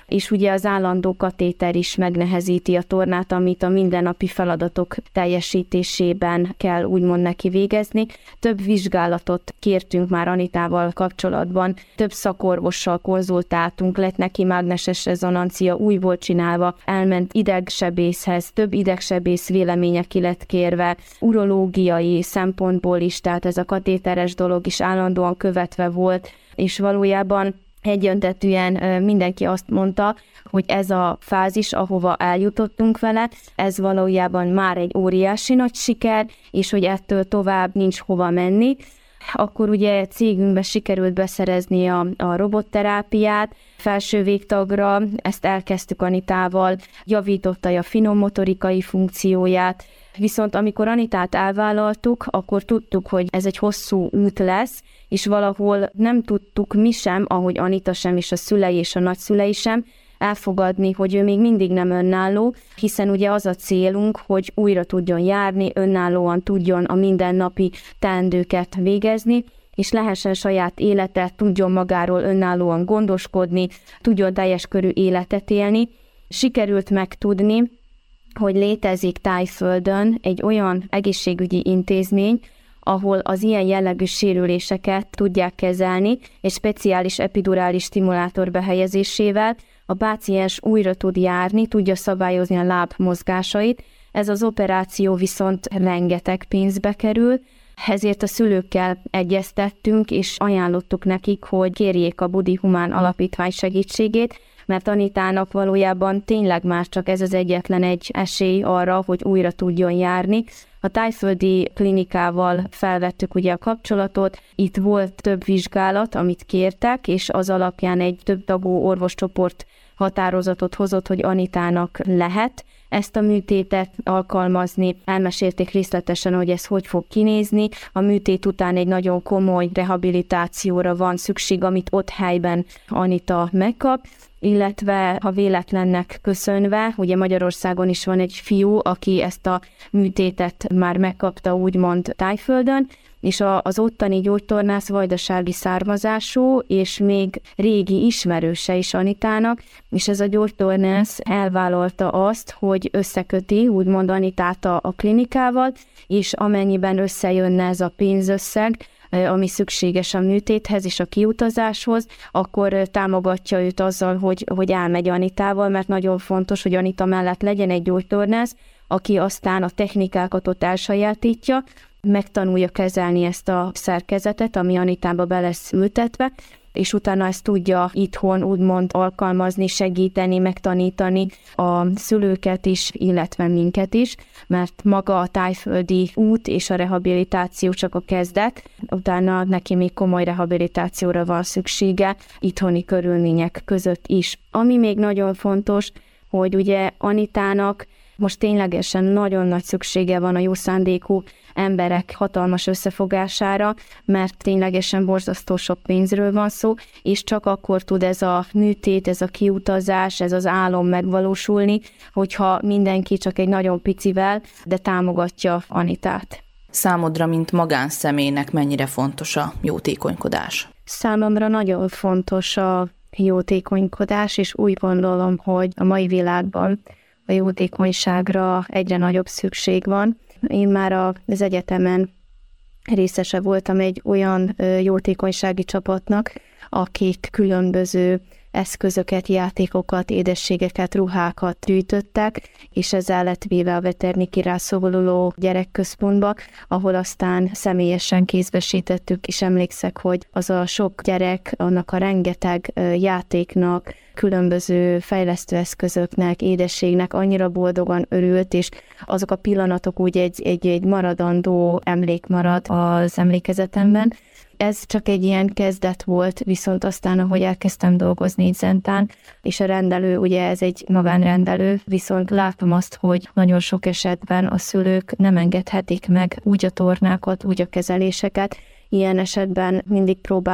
és ugye az állandó katéter is megnehezíti a tornát, amit a mindennapi feladatok teljesítésében kell úgymond neki végezni. Több vizsgálatot kértünk már Anitával kapcsolatban, több szakorvossal konzultáltunk, lett neki mágneses rezonancia, új volt csinálva, elment idegsebészhez, több idegsebész véleménye ki lett kérve, urológiai szempontból is, tehát ez a katéteres dolog is állandóan követve volt, és valójában egyöntetűen mindenki azt mondta, hogy ez a fázis, ahova eljutottunk vele, ez valójában már egy óriási nagy siker, és hogy ettől tovább nincs hova menni. Akkor ugye cégünkbe sikerült beszerezni a, a robotterápiát felső végtagra, ezt elkezdtük Anitával, javította a finom motorikai funkcióját, viszont amikor Anitát elvállaltuk, akkor tudtuk, hogy ez egy hosszú út lesz, és valahol nem tudtuk mi sem, ahogy Anita sem, és a szülei és a nagyszülei sem, elfogadni, hogy ő még mindig nem önálló, hiszen ugye az a célunk, hogy újra tudjon járni, önállóan tudjon a mindennapi teendőket végezni, és lehessen saját életet, tudjon magáról önállóan gondoskodni, tudjon teljes körű életet élni. Sikerült megtudni, hogy létezik Thaiföldön egy olyan egészségügyi intézmény, ahol az ilyen jellegű sérüléseket tudják kezelni, egy speciális epidurális stimulátor behelyezésével a páciens újra tud járni, tudja szabályozni a láb mozgásait. Ez az operáció viszont rengeteg pénzbe kerül, ezért a szülőkkel egyeztettünk, és ajánlottuk nekik, hogy kérjék a Budi Humán Alapítvány segítségét, mert Anitának valójában tényleg már csak ez az egyetlen egy esély arra, hogy újra tudjon járni. A thaiföldi klinikával felvettük ugye a kapcsolatot, itt volt több vizsgálat, amit kértek, és az alapján egy több tagú orvoscsoport határozatot hozott, hogy Anitának lehet ezt a műtétet alkalmazni. Elmesélték részletesen, hogy ez hogy fog kinézni. A műtét után egy nagyon komoly rehabilitációra van szükség, amit ott helyben Anita megkap, illetve ha véletlennek köszönve, ugye Magyarországon is van egy fiú, aki ezt a műtétet már megkapta úgymond Thaiföldön, és az ottani gyógytornász vajdasági származású, és még régi ismerőse is Anitának, és ez a gyógytornász elvállalta azt, hogy összeköti úgymond Anitát a, a klinikával, és amennyiben összejönne ez a pénzösszeg, ami szükséges a műtéthez és a kiutazáshoz, akkor támogatja őt azzal, hogy, hogy elmegy Anitával, mert nagyon fontos, hogy Anita mellett legyen egy gyógytornász, aki aztán a technikákat ott elsajátítja, megtanulja kezelni ezt a szerkezetet, ami Anitába be lesz ültetve, és utána ezt tudja itthon úgymond alkalmazni, segíteni, megtanítani a szülőket is, illetve minket is, mert maga a thaiföldi út és a rehabilitáció csak a kezdet, utána neki még komoly rehabilitációra van szüksége, itthoni körülmények között is. Ami még nagyon fontos, hogy ugye Anitának most ténylegesen nagyon nagy szüksége van a jó szándékú emberek hatalmas összefogására, mert ténylegesen borzasztó sok pénzről van szó, és csak akkor tud ez a műtét, ez a kiutazás, ez az álom megvalósulni, hogyha mindenki csak egy nagyon picivel, de támogatja Anitát. Számodra, mint magánszemélynek mennyire fontos a jótékonykodás? Számomra nagyon fontos a jótékonykodás, és úgy gondolom, hogy a mai világban a jótékonyságra egyre nagyobb szükség van. Én már az egyetemen részese voltam egy olyan jótékonysági csapatnak, akik különböző eszközöket, játékokat, édességeket, ruhákat gyűjtöttek, és ezzel lett véve a Veterniki rászoruló gyerekközpontba, ahol aztán személyesen kézbesítettük, és emlékszek, hogy az a sok gyerek, annak a rengeteg játéknak, különböző fejlesztő eszközöknek, édességnek annyira boldogan örült, és azok a pillanatok úgy egy, egy, egy maradandó emlék marad az emlékezetemben. Ez csak egy ilyen kezdet volt, viszont aztán, ahogy elkezdtem dolgozni itt Zentán, és a rendelő, ugye ez egy magánrendelő, viszont látom azt, hogy nagyon sok esetben a szülők nem engedhetik meg úgy a tornákat, úgy a kezeléseket. Ilyen esetben mindig próbálom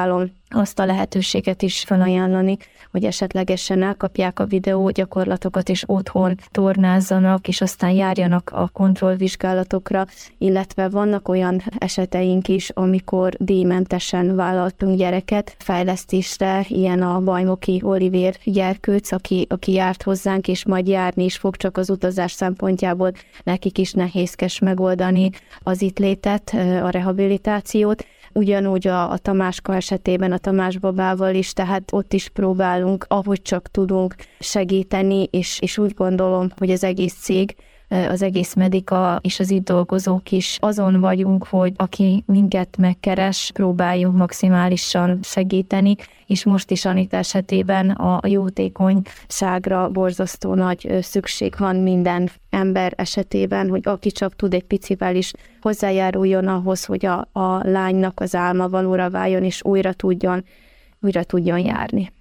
azt a lehetőséget is felajánlani, hogy esetlegesen elkapják a videó gyakorlatokat, és otthon tornázzanak, és aztán járjanak a kontrollvizsgálatokra, illetve vannak olyan eseteink is, amikor díjmentesen vállaltunk gyereket fejlesztésre, ilyen a Bajnoki Olivér gyerkőc, aki, aki járt hozzánk, és majd járni is fog, csak az utazás szempontjából nekik is nehézkes megoldani az itt létet, a rehabilitációt. Ugyanúgy a, a Tamáska esetében, a Tamás babával is, tehát ott is próbálunk, ahogy csak tudunk segíteni, és, és úgy gondolom, hogy az egész cég, az egész Medika és az itt dolgozók is azon vagyunk, hogy aki minket megkeres, próbáljunk maximálisan segíteni, és most is Anita esetében a jótékonyságra borzasztó nagy szükség van minden ember esetében, hogy aki csak tud egy picivel is hozzájáruljon ahhoz, hogy a, a lánynak az álma valóra váljon, és újra tudjon, újra tudjon járni.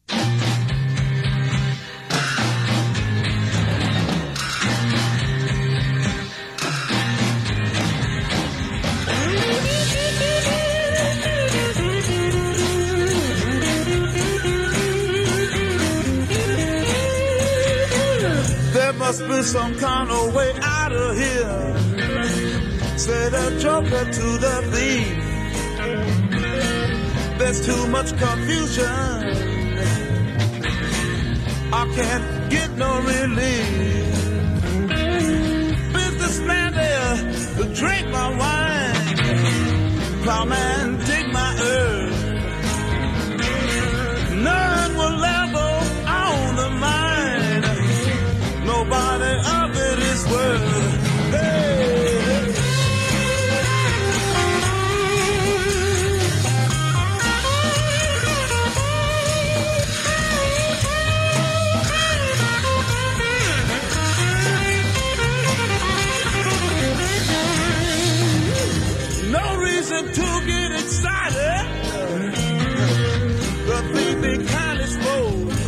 Must be some kind of way out of here, said a joker to the thief. There's too much confusion, I can't get no relief. Businessman there to drink my wine, plowman dig my earth. None will ever own the mine, nobody of it is worth. Hey. No reason to get excited, the thief be kind exposed.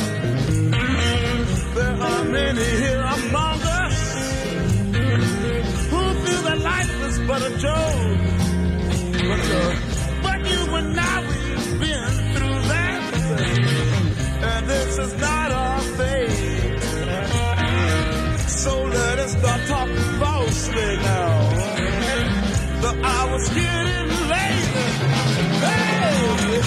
There are many here among us who feel that life is but a joke. But, uh, but you and I, we've been through that, and this is not our fate. So let us start talking falsely now. The hour's getting late. Hey!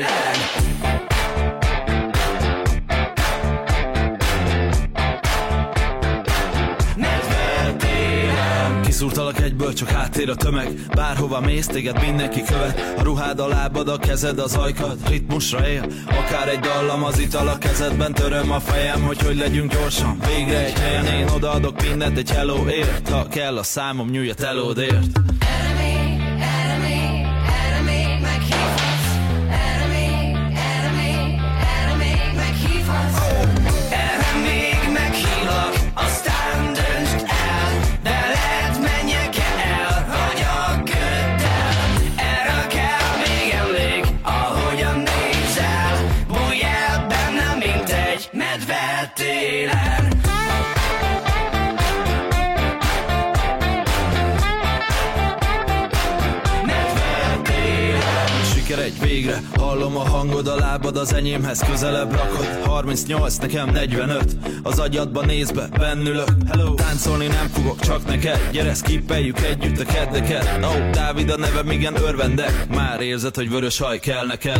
Kiszúrtalak egyből, csak háttér a tömeg. Bárhova mész, téged mindenki követ. A ruhád, a lábad, a kezed, az ajkad ritmusra él. Akár egy dallam, az ital a kezedben. Töröm a fejem, hogy hogy legyünk gyorsan. Végre egy helyen én odaadok mindent egy helloért. Ha kell a számom, nyújj a telódért. Végre hallom a hangod, a lábad az enyémhez közelebb rakod. harmincnyolc, nekem negyvenöt. Az agyadba néz be, bennülök. Hello. Táncolni nem fogok, csak neked. Gyere, skippeljük együtt a keddeket. Oh, Dávid a nevem, igen, örvendek. Már érzed, hogy vörös haj kell neked.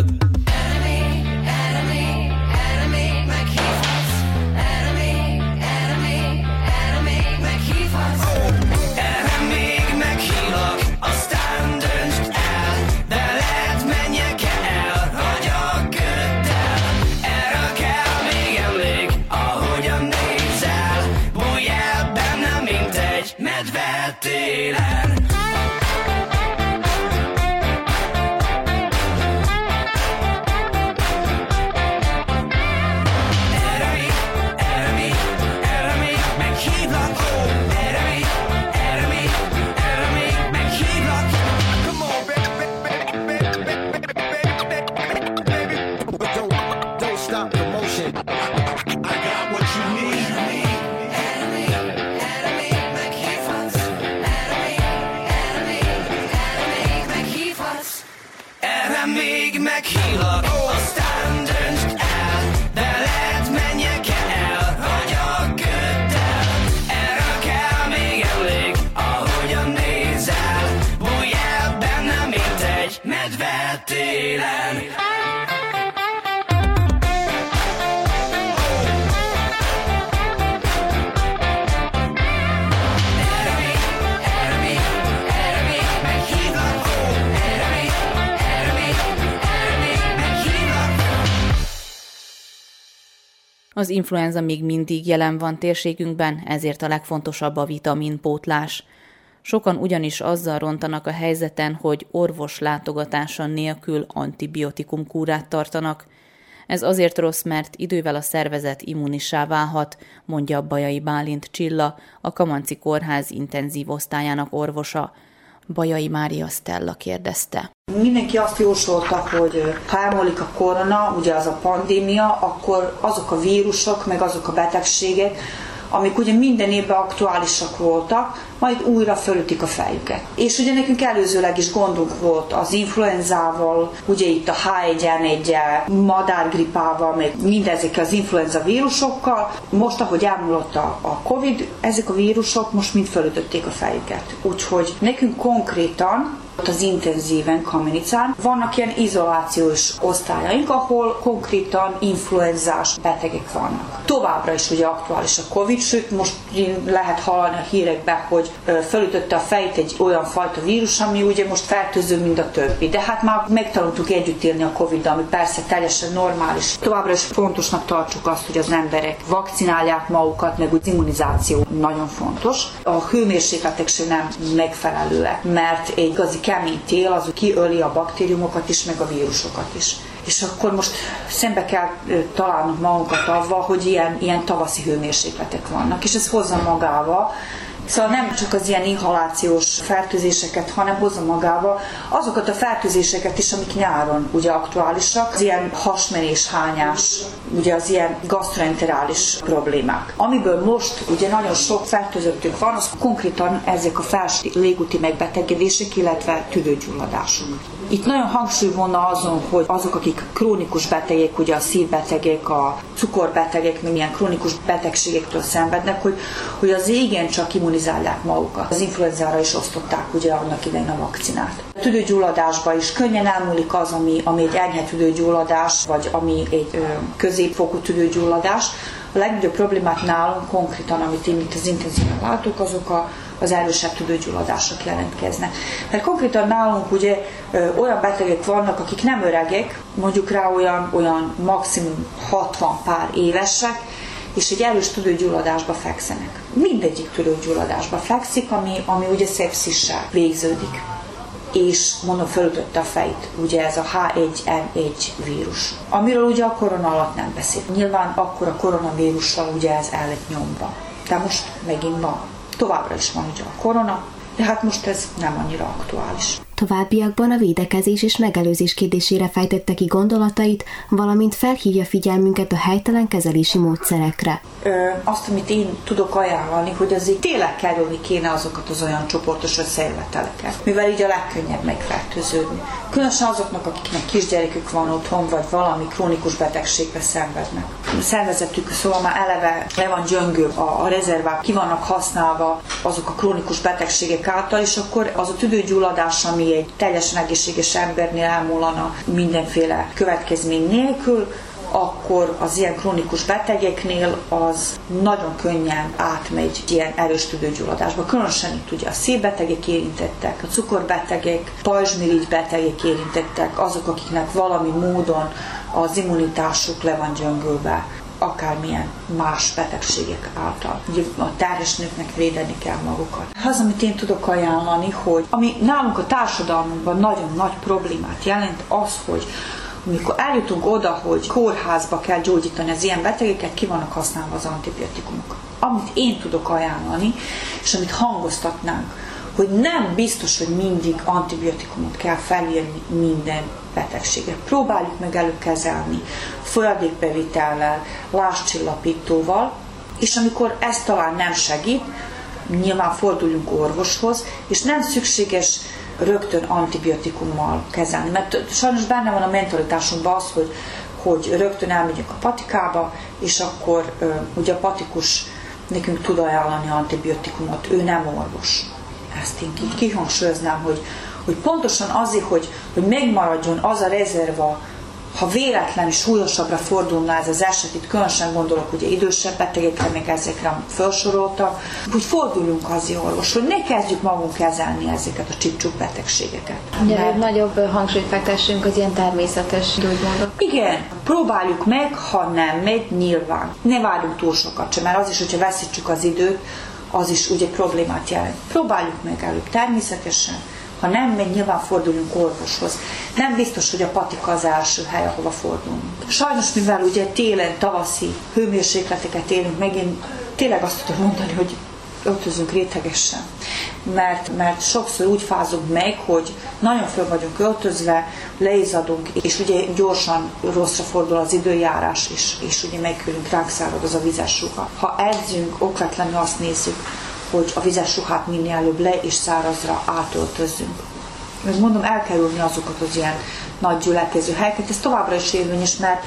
Az influenza még mindig jelen van térségünkben, ezért a legfontosabb a vitaminpótlás. Sokan ugyanis azzal rontanak a helyzeten, hogy orvos látogatása nélkül antibiotikum kúrát tartanak. Ez azért rossz, mert idővel a szervezet immunissá válhat, mondja Bajai Bálint Csilla, a Kamanczy Kórház intenzív osztályának orvosa. Bajai Mária Stella kérdezte. Mindenki azt jósolta, hogy ha elmúlik a korona, ugye az a pandémia, akkor azok a vírusok, meg azok a betegségek, amik ugye minden évben aktuálisak voltak, majd újra fölütik a fejüket. És ugye nekünk előzőleg is gondunk volt az influenzával, ugye itt a há egy en egyel, madárgripával, meg mindezekkel az influenza vírusokkal. Most, ahogy elmúlott a, a Covid, ezek a vírusok most mind fölütötték a fejüket. Úgyhogy nekünk konkrétan az intenzíven Kamenicán vannak ilyen izolációs osztályaink, ahol konkrétan influenzás betegek vannak. Továbbra is ugye aktuális a Covid, sőt most lehet hallani a hírekben, hogy fölütötte a fejét egy olyan fajta vírus, ami ugye most fertőző, mint a többi. De hát már megtanultuk együtt élni a Coviddal, ami persze teljesen normális. Továbbra is fontosnak tartsuk azt, hogy az emberek vakcinálják magukat, meg úgy immunizáció nagyon fontos. A hőmérsékletek sem nem megfelelőek, mert egy igazi kemény tél az kiöli a baktériumokat is, meg a vírusokat is. És akkor most szembe kell találnunk magunkat avval, hogy ilyen, ilyen tavaszi hőmérsékletek vannak, és ez hozza magával. Szóval nem csak az ilyen inhalációs fertőzéseket, hanem hozza magával azokat a fertőzéseket is, amik nyáron ugye aktuálisak, az ilyen hasmenés, hányás, ugye az ilyen gastroenterális problémák. Amiből most ugye nagyon sok fertőzöttünk van, az konkrétan ezek a felső légúti megbetegedések, illetve tüdőgyulladások. Itt nagyon hangsúly volna azon, hogy azok, akik krónikus betegek, ugye a szívbetegek, a cukorbetegek, meg ilyen krónikus betegségektől szenvednek, hogy, hogy az igen csak immunizáció immunizálják magukat. Az influenzára is osztották ugye annak idején a vakcinát. A tüdőgyulladásban is könnyen elmúlik az, ami, ami egy enyhe tüdőgyulladás, vagy ami egy ö, középfokú tüdőgyulladás. A legnagyobb problémát nálunk konkrétan, amit én itt az intenzíven látok, azok a, az erősebb tüdőgyulladások jelentkeznek. Mert konkrétan nálunk ugye ö, olyan betegek vannak, akik nem öregek, mondjuk rá olyan, olyan maximum hatvan pár évesek, és egy erős tüdőgyulladásba fekszenek. Mindegyik tüdőgyulladásba fekszik, ami, ami ugye szepszissel végződik. És mondom, fölütötte a fejét, ugye ez a há egy en egy vírus, amiről ugye a korona alatt nem beszél. Nyilván akkor a koronavírussal ugye ez el lett nyomva. De most megint van. Továbbra is van ugye a korona, de hát most ez nem annyira aktuális. Továbbiakban a védekezés és megelőzés kérdésére fejtette ki gondolatait, valamint felhívja figyelmünket a helytelen kezelési módszerekre. Ö, azt, amit én tudok ajánlani, hogy azért tényleg kerülni kéne azokat az olyan csoportos összejöveteleket, mivel így a legkönnyebb megfertőződni. Különösen azoknak, akiknek kisgyerekük van otthon, vagy valami krónikus betegségbe szenvednek. A szervezetük szóval már eleve le van gyöngő, a, a rezervák ki vannak használva azok a krónikus betegségek által, és akkor az a tüdőgyulladás, ami egy teljesen egészséges embernél elmúlana mindenféle következmény nélkül, akkor az ilyen krónikus betegeknél az nagyon könnyen átmegy ilyen erős tüdőgyulladásba. Különösen itt ugye a szívbetegek érintettek, a cukorbetegek, pajzsmirigy betegek érintettek, azok, akiknek valami módon az immunitásuk le van gyöngülve, akármilyen más betegségek által. Ugye a terhes nőknek védeni kell magukat. Az, amit én tudok ajánlani, hogy ami nálunk a társadalmunkban nagyon nagy problémát jelent, az, hogy amikor eljutunk oda, hogy kórházba kell gyógyítani az ilyen betegeket, ki vannak használva az antibiotikumok. Amit én tudok ajánlani, és amit hangoztatnánk, hogy nem biztos, hogy mindig antibiotikumot kell felírni minden betegséget. Próbáljuk meg előkezelni folyadékbevitellel, lázcsillapítóval, és amikor ez talán nem segít, nyilván forduljunk orvoshoz, és nem szükséges rögtön antibiotikummal kezelni. Mert sajnos benne van a mentalitásunkban az, hogy, hogy rögtön elmegyünk a patikába, és akkor ugye a patikus nekünk tud ajánlani antibiotikumot, ő nem orvos. Ezt én így kihangsúlyoznám, hogy, hogy pontosan azért, hogy, hogy megmaradjon az a rezerva, ha véletlenül súlyosabbra fordulna ez az eset, itt különösen gondolok ugye idősebb betegekre, meg ezekre, amit felsoroltak, hogy forduljunk az orvos, hogy ne kezdjük magunk kezelni ezeket a csipcsuk betegségeket. Ugye, mert... nagyobb hangsúlyt fektessünk az ilyen természetes gyógymódok. Igen, próbáljuk meg, ha nem megy, nyilván. Ne várjunk túl sokat sem, mert az is, hogyha veszítsük az időt, az is ugye problémát jelent. Próbáljuk meg előbb természetesen, ha nem megy, nyilván forduljunk orvoshoz. Nem biztos, hogy a patika az első hely, ahova fordulunk. Sajnos, mivel ugye télen, tavaszi hőmérsékleteket élünk, megint tényleg azt tudom mondani, hogy öltözünk rétegesen. Mert, mert sokszor úgy fázunk meg, hogy nagyon föl vagyunk öltözve, leizzadunk, és ugye gyorsan rosszra fordul az időjárás, és, és ugye megkülünk, ránk szárad az a vizes ruha. Ha edzünk, okvetlenül azt nézzük, hogy a vizes ruhát minél előbb le és szárazra átöltözzünk. Meg mondom, elkerülni azokat az ilyen nagy gyülekező helyeket, ez továbbra is érvényes, mert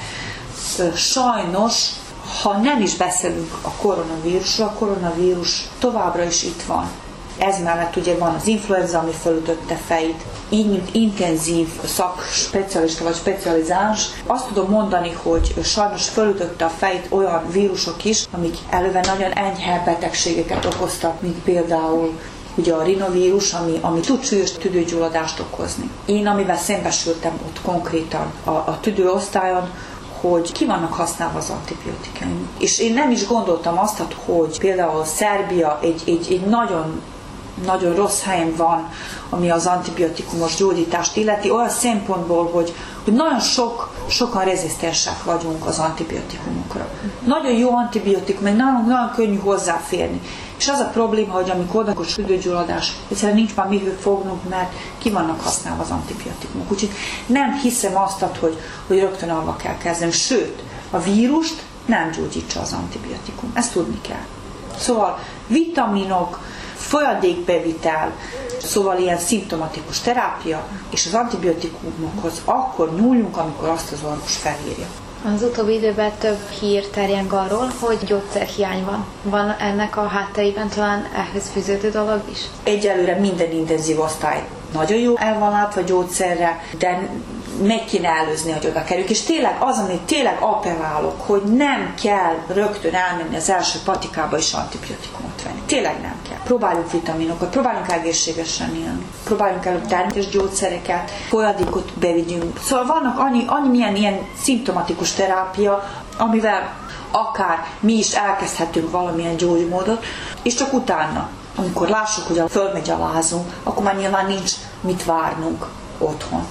ö, sajnos, ha nem is beszélünk a koronavírusról, a koronavírus továbbra is itt van. Ez mellett ugye van az influenza, ami fölütötte fejét. Így, mint intenzív szakspecialista vagy specializáns, azt tudom mondani, hogy sajnos fölütötte a fejét olyan vírusok is, amik előve nagyon enyhe betegségeket okoztak, mint például ugye a rinovírus, ami, ami tud súlyos tüdőgyulladást okozni. Én, amivel szembesültem ott konkrétan a, a tüdőosztályon, hogy ki vannak használva az antibiotikum. És én nem is gondoltam azt, hogy például Szerbia egy, egy, egy nagyon nagyon rossz helyen van, ami az antibiotikumos gyógyítást illeti, olyan szempontból, hogy, hogy nagyon sok, sokan rezisztensek vagyunk az antibiotikumokra. Nagyon jó antibiotikum, meg nagyon, nagyon könnyű hozzáférni. És az a probléma, hogy amikor odakos tüdőgyulladás, egyszerűen nincs már mivel fognunk, mert ki vannak használva az antibiotikumok. Úgyhogy nem hiszem azt, hogy, hogy rögtön avval kell kezdeni. Sőt, a vírust nem gyógyítsa az antibiotikum. Ezt tudni kell. Szóval vitaminok, folyadékbevitel, szóval ilyen szimptomatikus terápia, és az antibiotikumokhoz akkor nyúljunk, amikor azt az orvos felírja. Az utóbbi időben több hír terjeng arról, hogy gyógyszerhiány van. Van ennek a hátterében talán ehhez fűződő dolog is? Egyelőre minden intenzív osztály nagyon jó el van látva gyógyszerre, de meg kéne előzni, hogy oda kerüljük. És tényleg az, amit tényleg appellálok, hogy nem kell rögtön elmenni az első patikába és antibiotikumot venni. Tényleg nem kell. Próbáljunk vitaminokat, próbáljunk egészségesen élni. Próbáljunk előbb természetes gyógyszereket, folyadékot bevigyünk. Szóval vannak annyi, annyi milyen ilyen szimptomatikus terápia, amivel akár mi is elkezdhetünk valamilyen gyógymódot, és csak utána, amikor lássuk, hogy a fölmegy a lázunk, akkor már nyilván nincs mit várnunk otthon.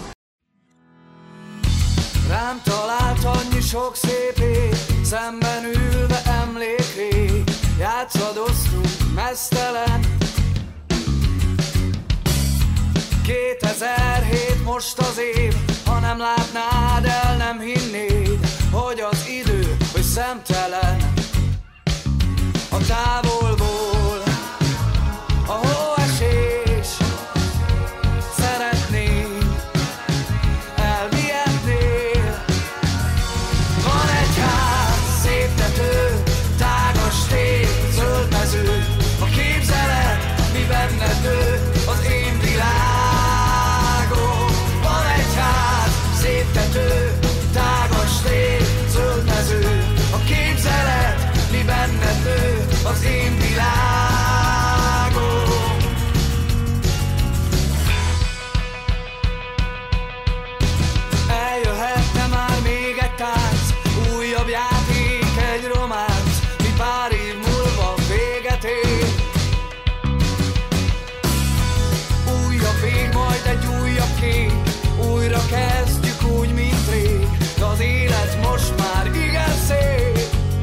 Rám talált annyi sok szép ég, szemben ülve emlékrég, játszadoztunk meztelen. kétezer-hét most az év, ha nem látnád, el nem hinnéd, hogy az idő, hogy szemtelen. A távolból, a hóesés, szeretnék elvihetnél. Van egy ház, szép tető, tágas tér, zöld mező, a képzelet, mi benned nő, az én világom. Van egy ház, szép tető, tágas tér, zöld mező, a képzelet, mi benned nő, az én világom. Eljöhetne már még egy tánc, újabb játék, egy románc, mi pár év múlva véget ér. Újabb vég, majd egy újabb kép, újra kezdjük úgy, mint rég, de az élet most már igen szép.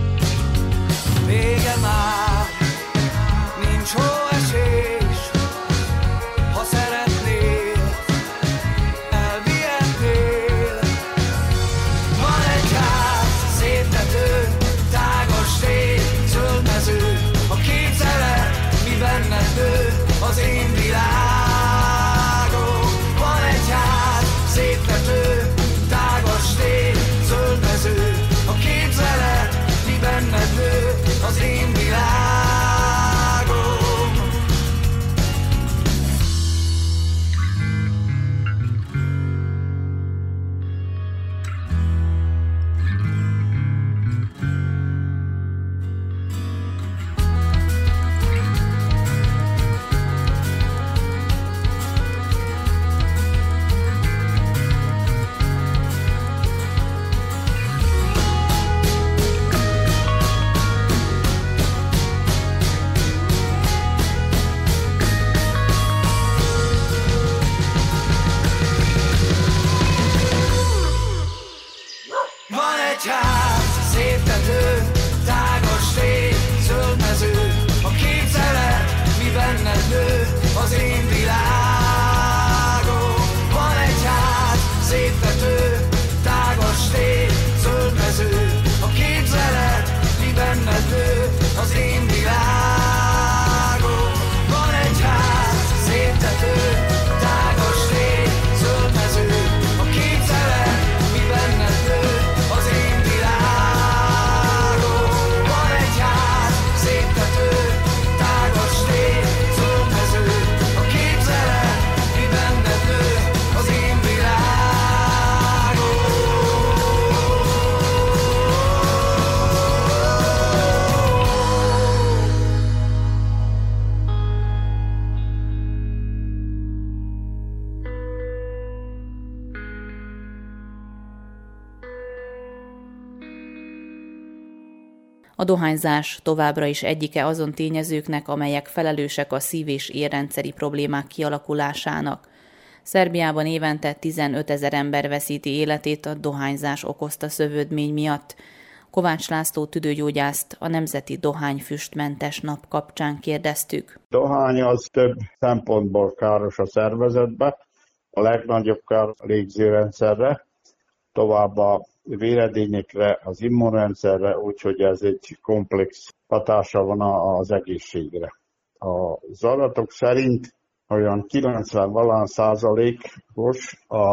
Vége már, nincs hóesés, ha szeretnél, elvihetnél. Van egy ház, szép tető, tágas tér, zöld mező, a képzelet, mi benned nő, az én világom. Van egy ház, szép tető, tágas tér, zöld mező, a képzelet, mi benned nő, az én világom. Van egy ház, szép tető, tágas tér, zöld mező, a képzelet, mi benned nő, az én világom. Van egy ház, szép tető, tágas tér, zöld mező, a képzelet, mi benned nő, az én világom. Van egy ház, szép tető, tágas tér, zöld mező, a képzelet, mi benned nő, az én világom. Van egy ház, szép tető, tágas tér, zöld mező, a képzelet, mi benned nő, az én világom. A dohányzás továbbra is egyike azon tényezőknek, amelyek felelősek a szív- és érrendszeri problémák kialakulásának. Szerbiában évente tizenötezer ember veszíti életét a dohányzás okozta szövődmény miatt. Kovács László tüdőgyógyászt a Nemzeti Dohányfüstmentes Nap kapcsán kérdeztük. Dohány az több szempontból káros a szervezetbe, a legnagyobb kár a légzőrendszerre, továbbá a véredényekre, az immunrendszerre, úgyhogy ez egy komplex hatása van az egészségre. Az adatok szerint olyan kilencven valahány százalékos a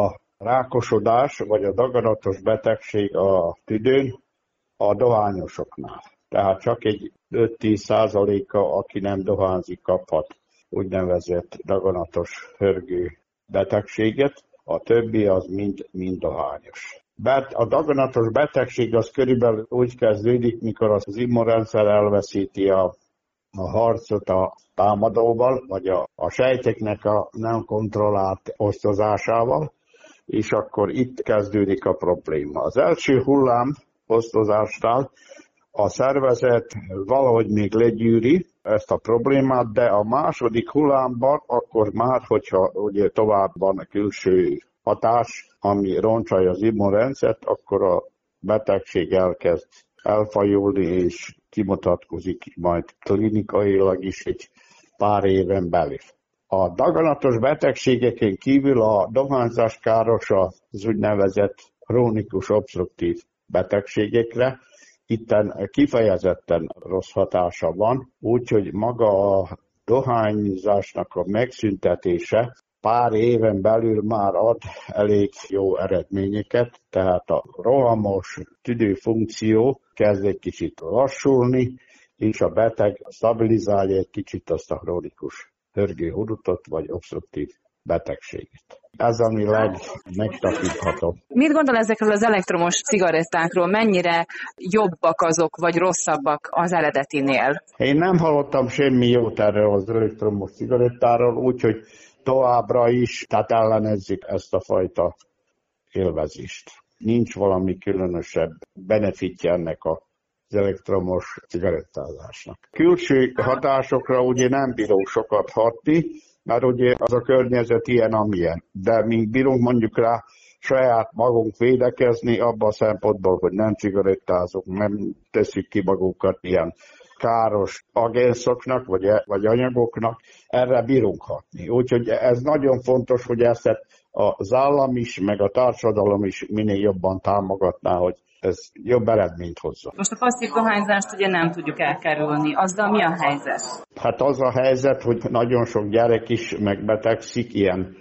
rákosodás vagy a daganatos betegség a tüdőn a dohányosoknál. Tehát csak egy öt-tíz százaléka, aki nem dohányzik, kaphat úgynevezett daganatos hörgő betegséget, a többi az mind, mind dohányos. Mert a daganatos betegség az körülbelül úgy kezdődik, mikor az immunrendszer elveszíti a, a harcot a támadóval, vagy a, a sejteknek a nem kontrollált osztozásával, és akkor itt kezdődik a probléma. Az első hullám osztozásnál a szervezet valahogy még legyűri ezt a problémát, de a második hullámban akkor már, hogyha ugye tovább van a külső hatás, ami roncsolja az immunrendszert, akkor a betegség elkezd elfajulni, és kimutatkozik majd klinikailag is egy pár éven belül. A daganatos betegségeken kívül a dohányzás káros az úgynevezett krónikus obstruktív betegségekre. Itten kifejezetten rossz hatása van, úgyhogy maga a dohányzásnak a megszüntetése pár éven belül már ad elég jó eredményeket, tehát a rohamos tüdőfunkció kezd egy kicsit lassulni, és a beteg stabilizálja egy kicsit azt a krónikus hörgőhurutot vagy obstruktív betegséget. Ez ami legmegtapinthatóbb. Mit gondol ezekről az elektromos cigarettákról? Mennyire jobbak azok, vagy rosszabbak az eredetinél? Én nem hallottam semmi jót erről az elektromos cigarettáról, úgyhogy továbbra is, tehát ellenezzük ezt a fajta élvezést. Nincs valami különösebb benefitje ennek az elektromos cigarettázásnak. Külső hatásokra ugye nem bírunk sokat hatni, mert ugye az a környezet ilyen, amilyen. De mi bírunk mondjuk rá saját magunk védekezni abban a szempontból, hogy nem cigarettázunk, nem tesszük ki magunkat ilyen káros agenszoknak, vagy, vagy anyagoknak, erre bírunk hatni. Úgyhogy ez nagyon fontos, hogy ezt az állam is, meg a társadalom is minél jobban támogatná, hogy ez jobb eredményt hozza. Most a passzív dohányzást ugye nem tudjuk elkerülni. Azzal mi a helyzet? Hát az a helyzet, hogy nagyon sok gyerek is megbetegszik, ilyen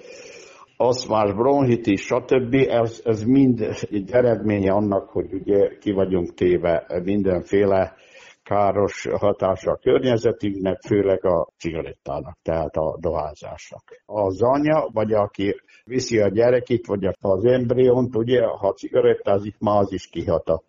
aszmás, bronchitis, stb. Ez, ez mind egy eredménye annak, hogy ugye ki vagyunk téve mindenféle káros hatása a környezetünknek, főleg a cigarettának, tehát a dohányzásnak. Az anya, vagy aki viszi a gyerekét, vagy az embriont, ugye, ha cigarettázik, már az is kihat a,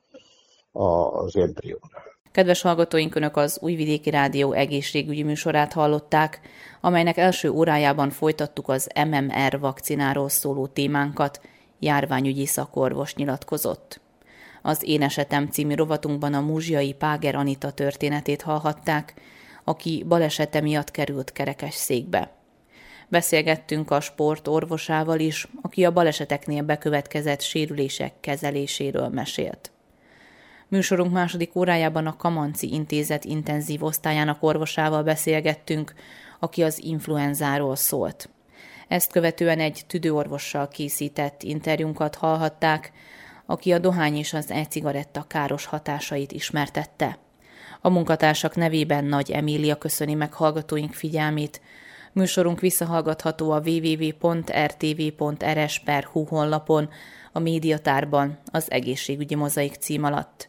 az embrióra. Kedves hallgatóink, Önök az Újvidéki Rádió egészségügyi műsorát hallották, amelynek első órájában folytattuk az em em er vakcináról szóló témánkat, járványügyi szakorvos nyilatkozott. Az Én esetem című rovatunkban a múzsiai Páger Anita történetét hallhatták, aki balesete miatt került kerekesszékbe. Beszélgettünk a sport orvosával is, aki a baleseteknél bekövetkezett sérülések kezeléséről mesélt. Műsorunk második órájában a Kamanci Intézet intenzív osztályának orvosával beszélgettünk, aki az influenzáról szólt. Ezt követően egy tüdőorvossal készített interjúnkat hallhatták, aki a dohány és az e-cigaretta káros hatásait ismertette. A munkatársak nevében Nagy Emília köszöni meg hallgatóink figyelmét. Műsorunk visszahallgatható a double-u double-u double-u pont r t v pont r s pont h u honlapon, a médiatárban, az egészségügyi mozaik cím alatt.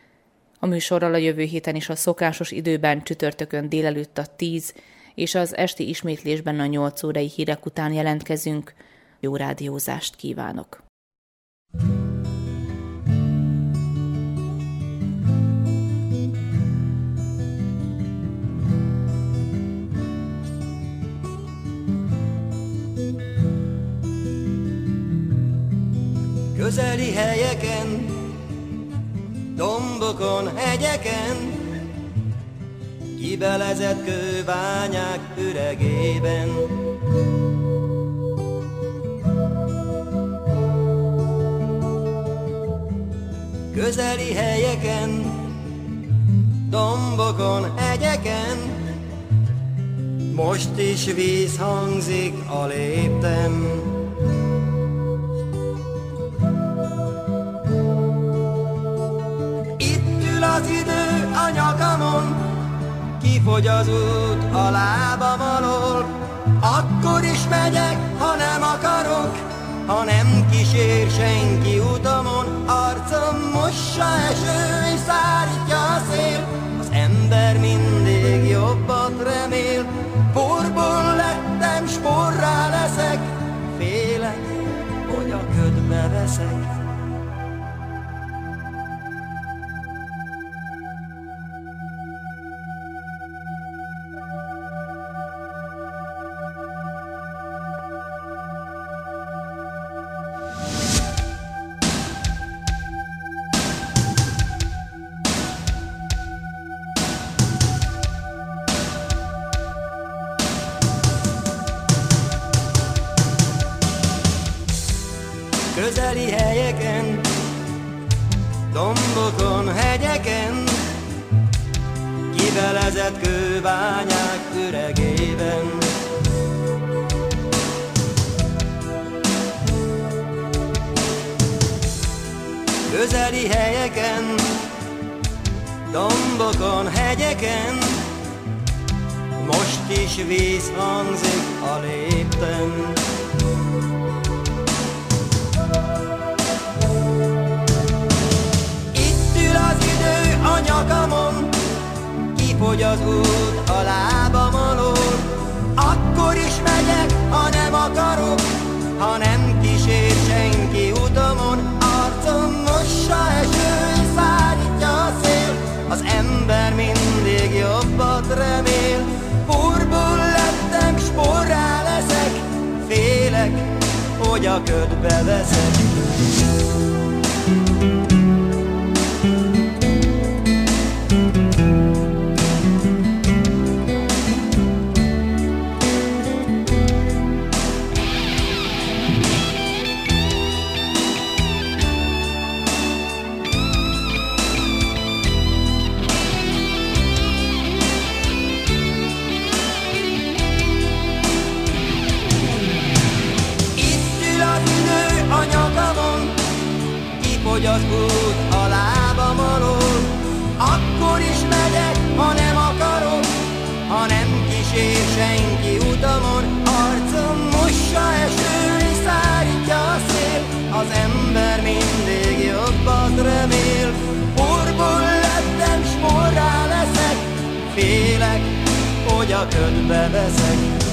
A műsorral a jövő héten is a szokásos időben csütörtökön délelőtt a tíz és az esti ismétlésben a nyolc órai hírek után jelentkezünk. Jó rádiózást kívánok! Közeli helyeken, dombokon, hegyeken, kibelezett kőbányák üregében. Közeli helyeken, dombokon, hegyeken, most is víz hangzik a lépten. Az idő a nyakamon, kifogy az út a lábam alól, akkor is megyek, ha nem akarok, ha nem kísér senki utamon. Arcom mossa eső és szárítja a szél, az ember mindig jobbat remél. Porból lettem, s porrá leszek, félek, hogy a ködbe veszek. Közeli helyeken, dombokon, hegyeken, kivelezett kőbányák üregében. Közeli helyeken, dombokon, hegyeken, most is vízhangzik a lépten. A nyakamon, kifogy az út a lábam alól. Akkor is megyek, ha nem akarok, ha nem kísér senki utamon. Arcom mossa eső és szárítja a szél, az ember mindig jobbat remél. Porból lettem, s porrá leszek, félek, hogy a ködbe veszek. Hogy az út a lábam alól. Akkor is megyek, ha nem akarok, ha nem kísér senki utamon. Arcom mossa eső és szárítja a szél, az ember mindig jobbat remél. Porból lettem, s porrá leszek, félek, hogy a ködbe veszek.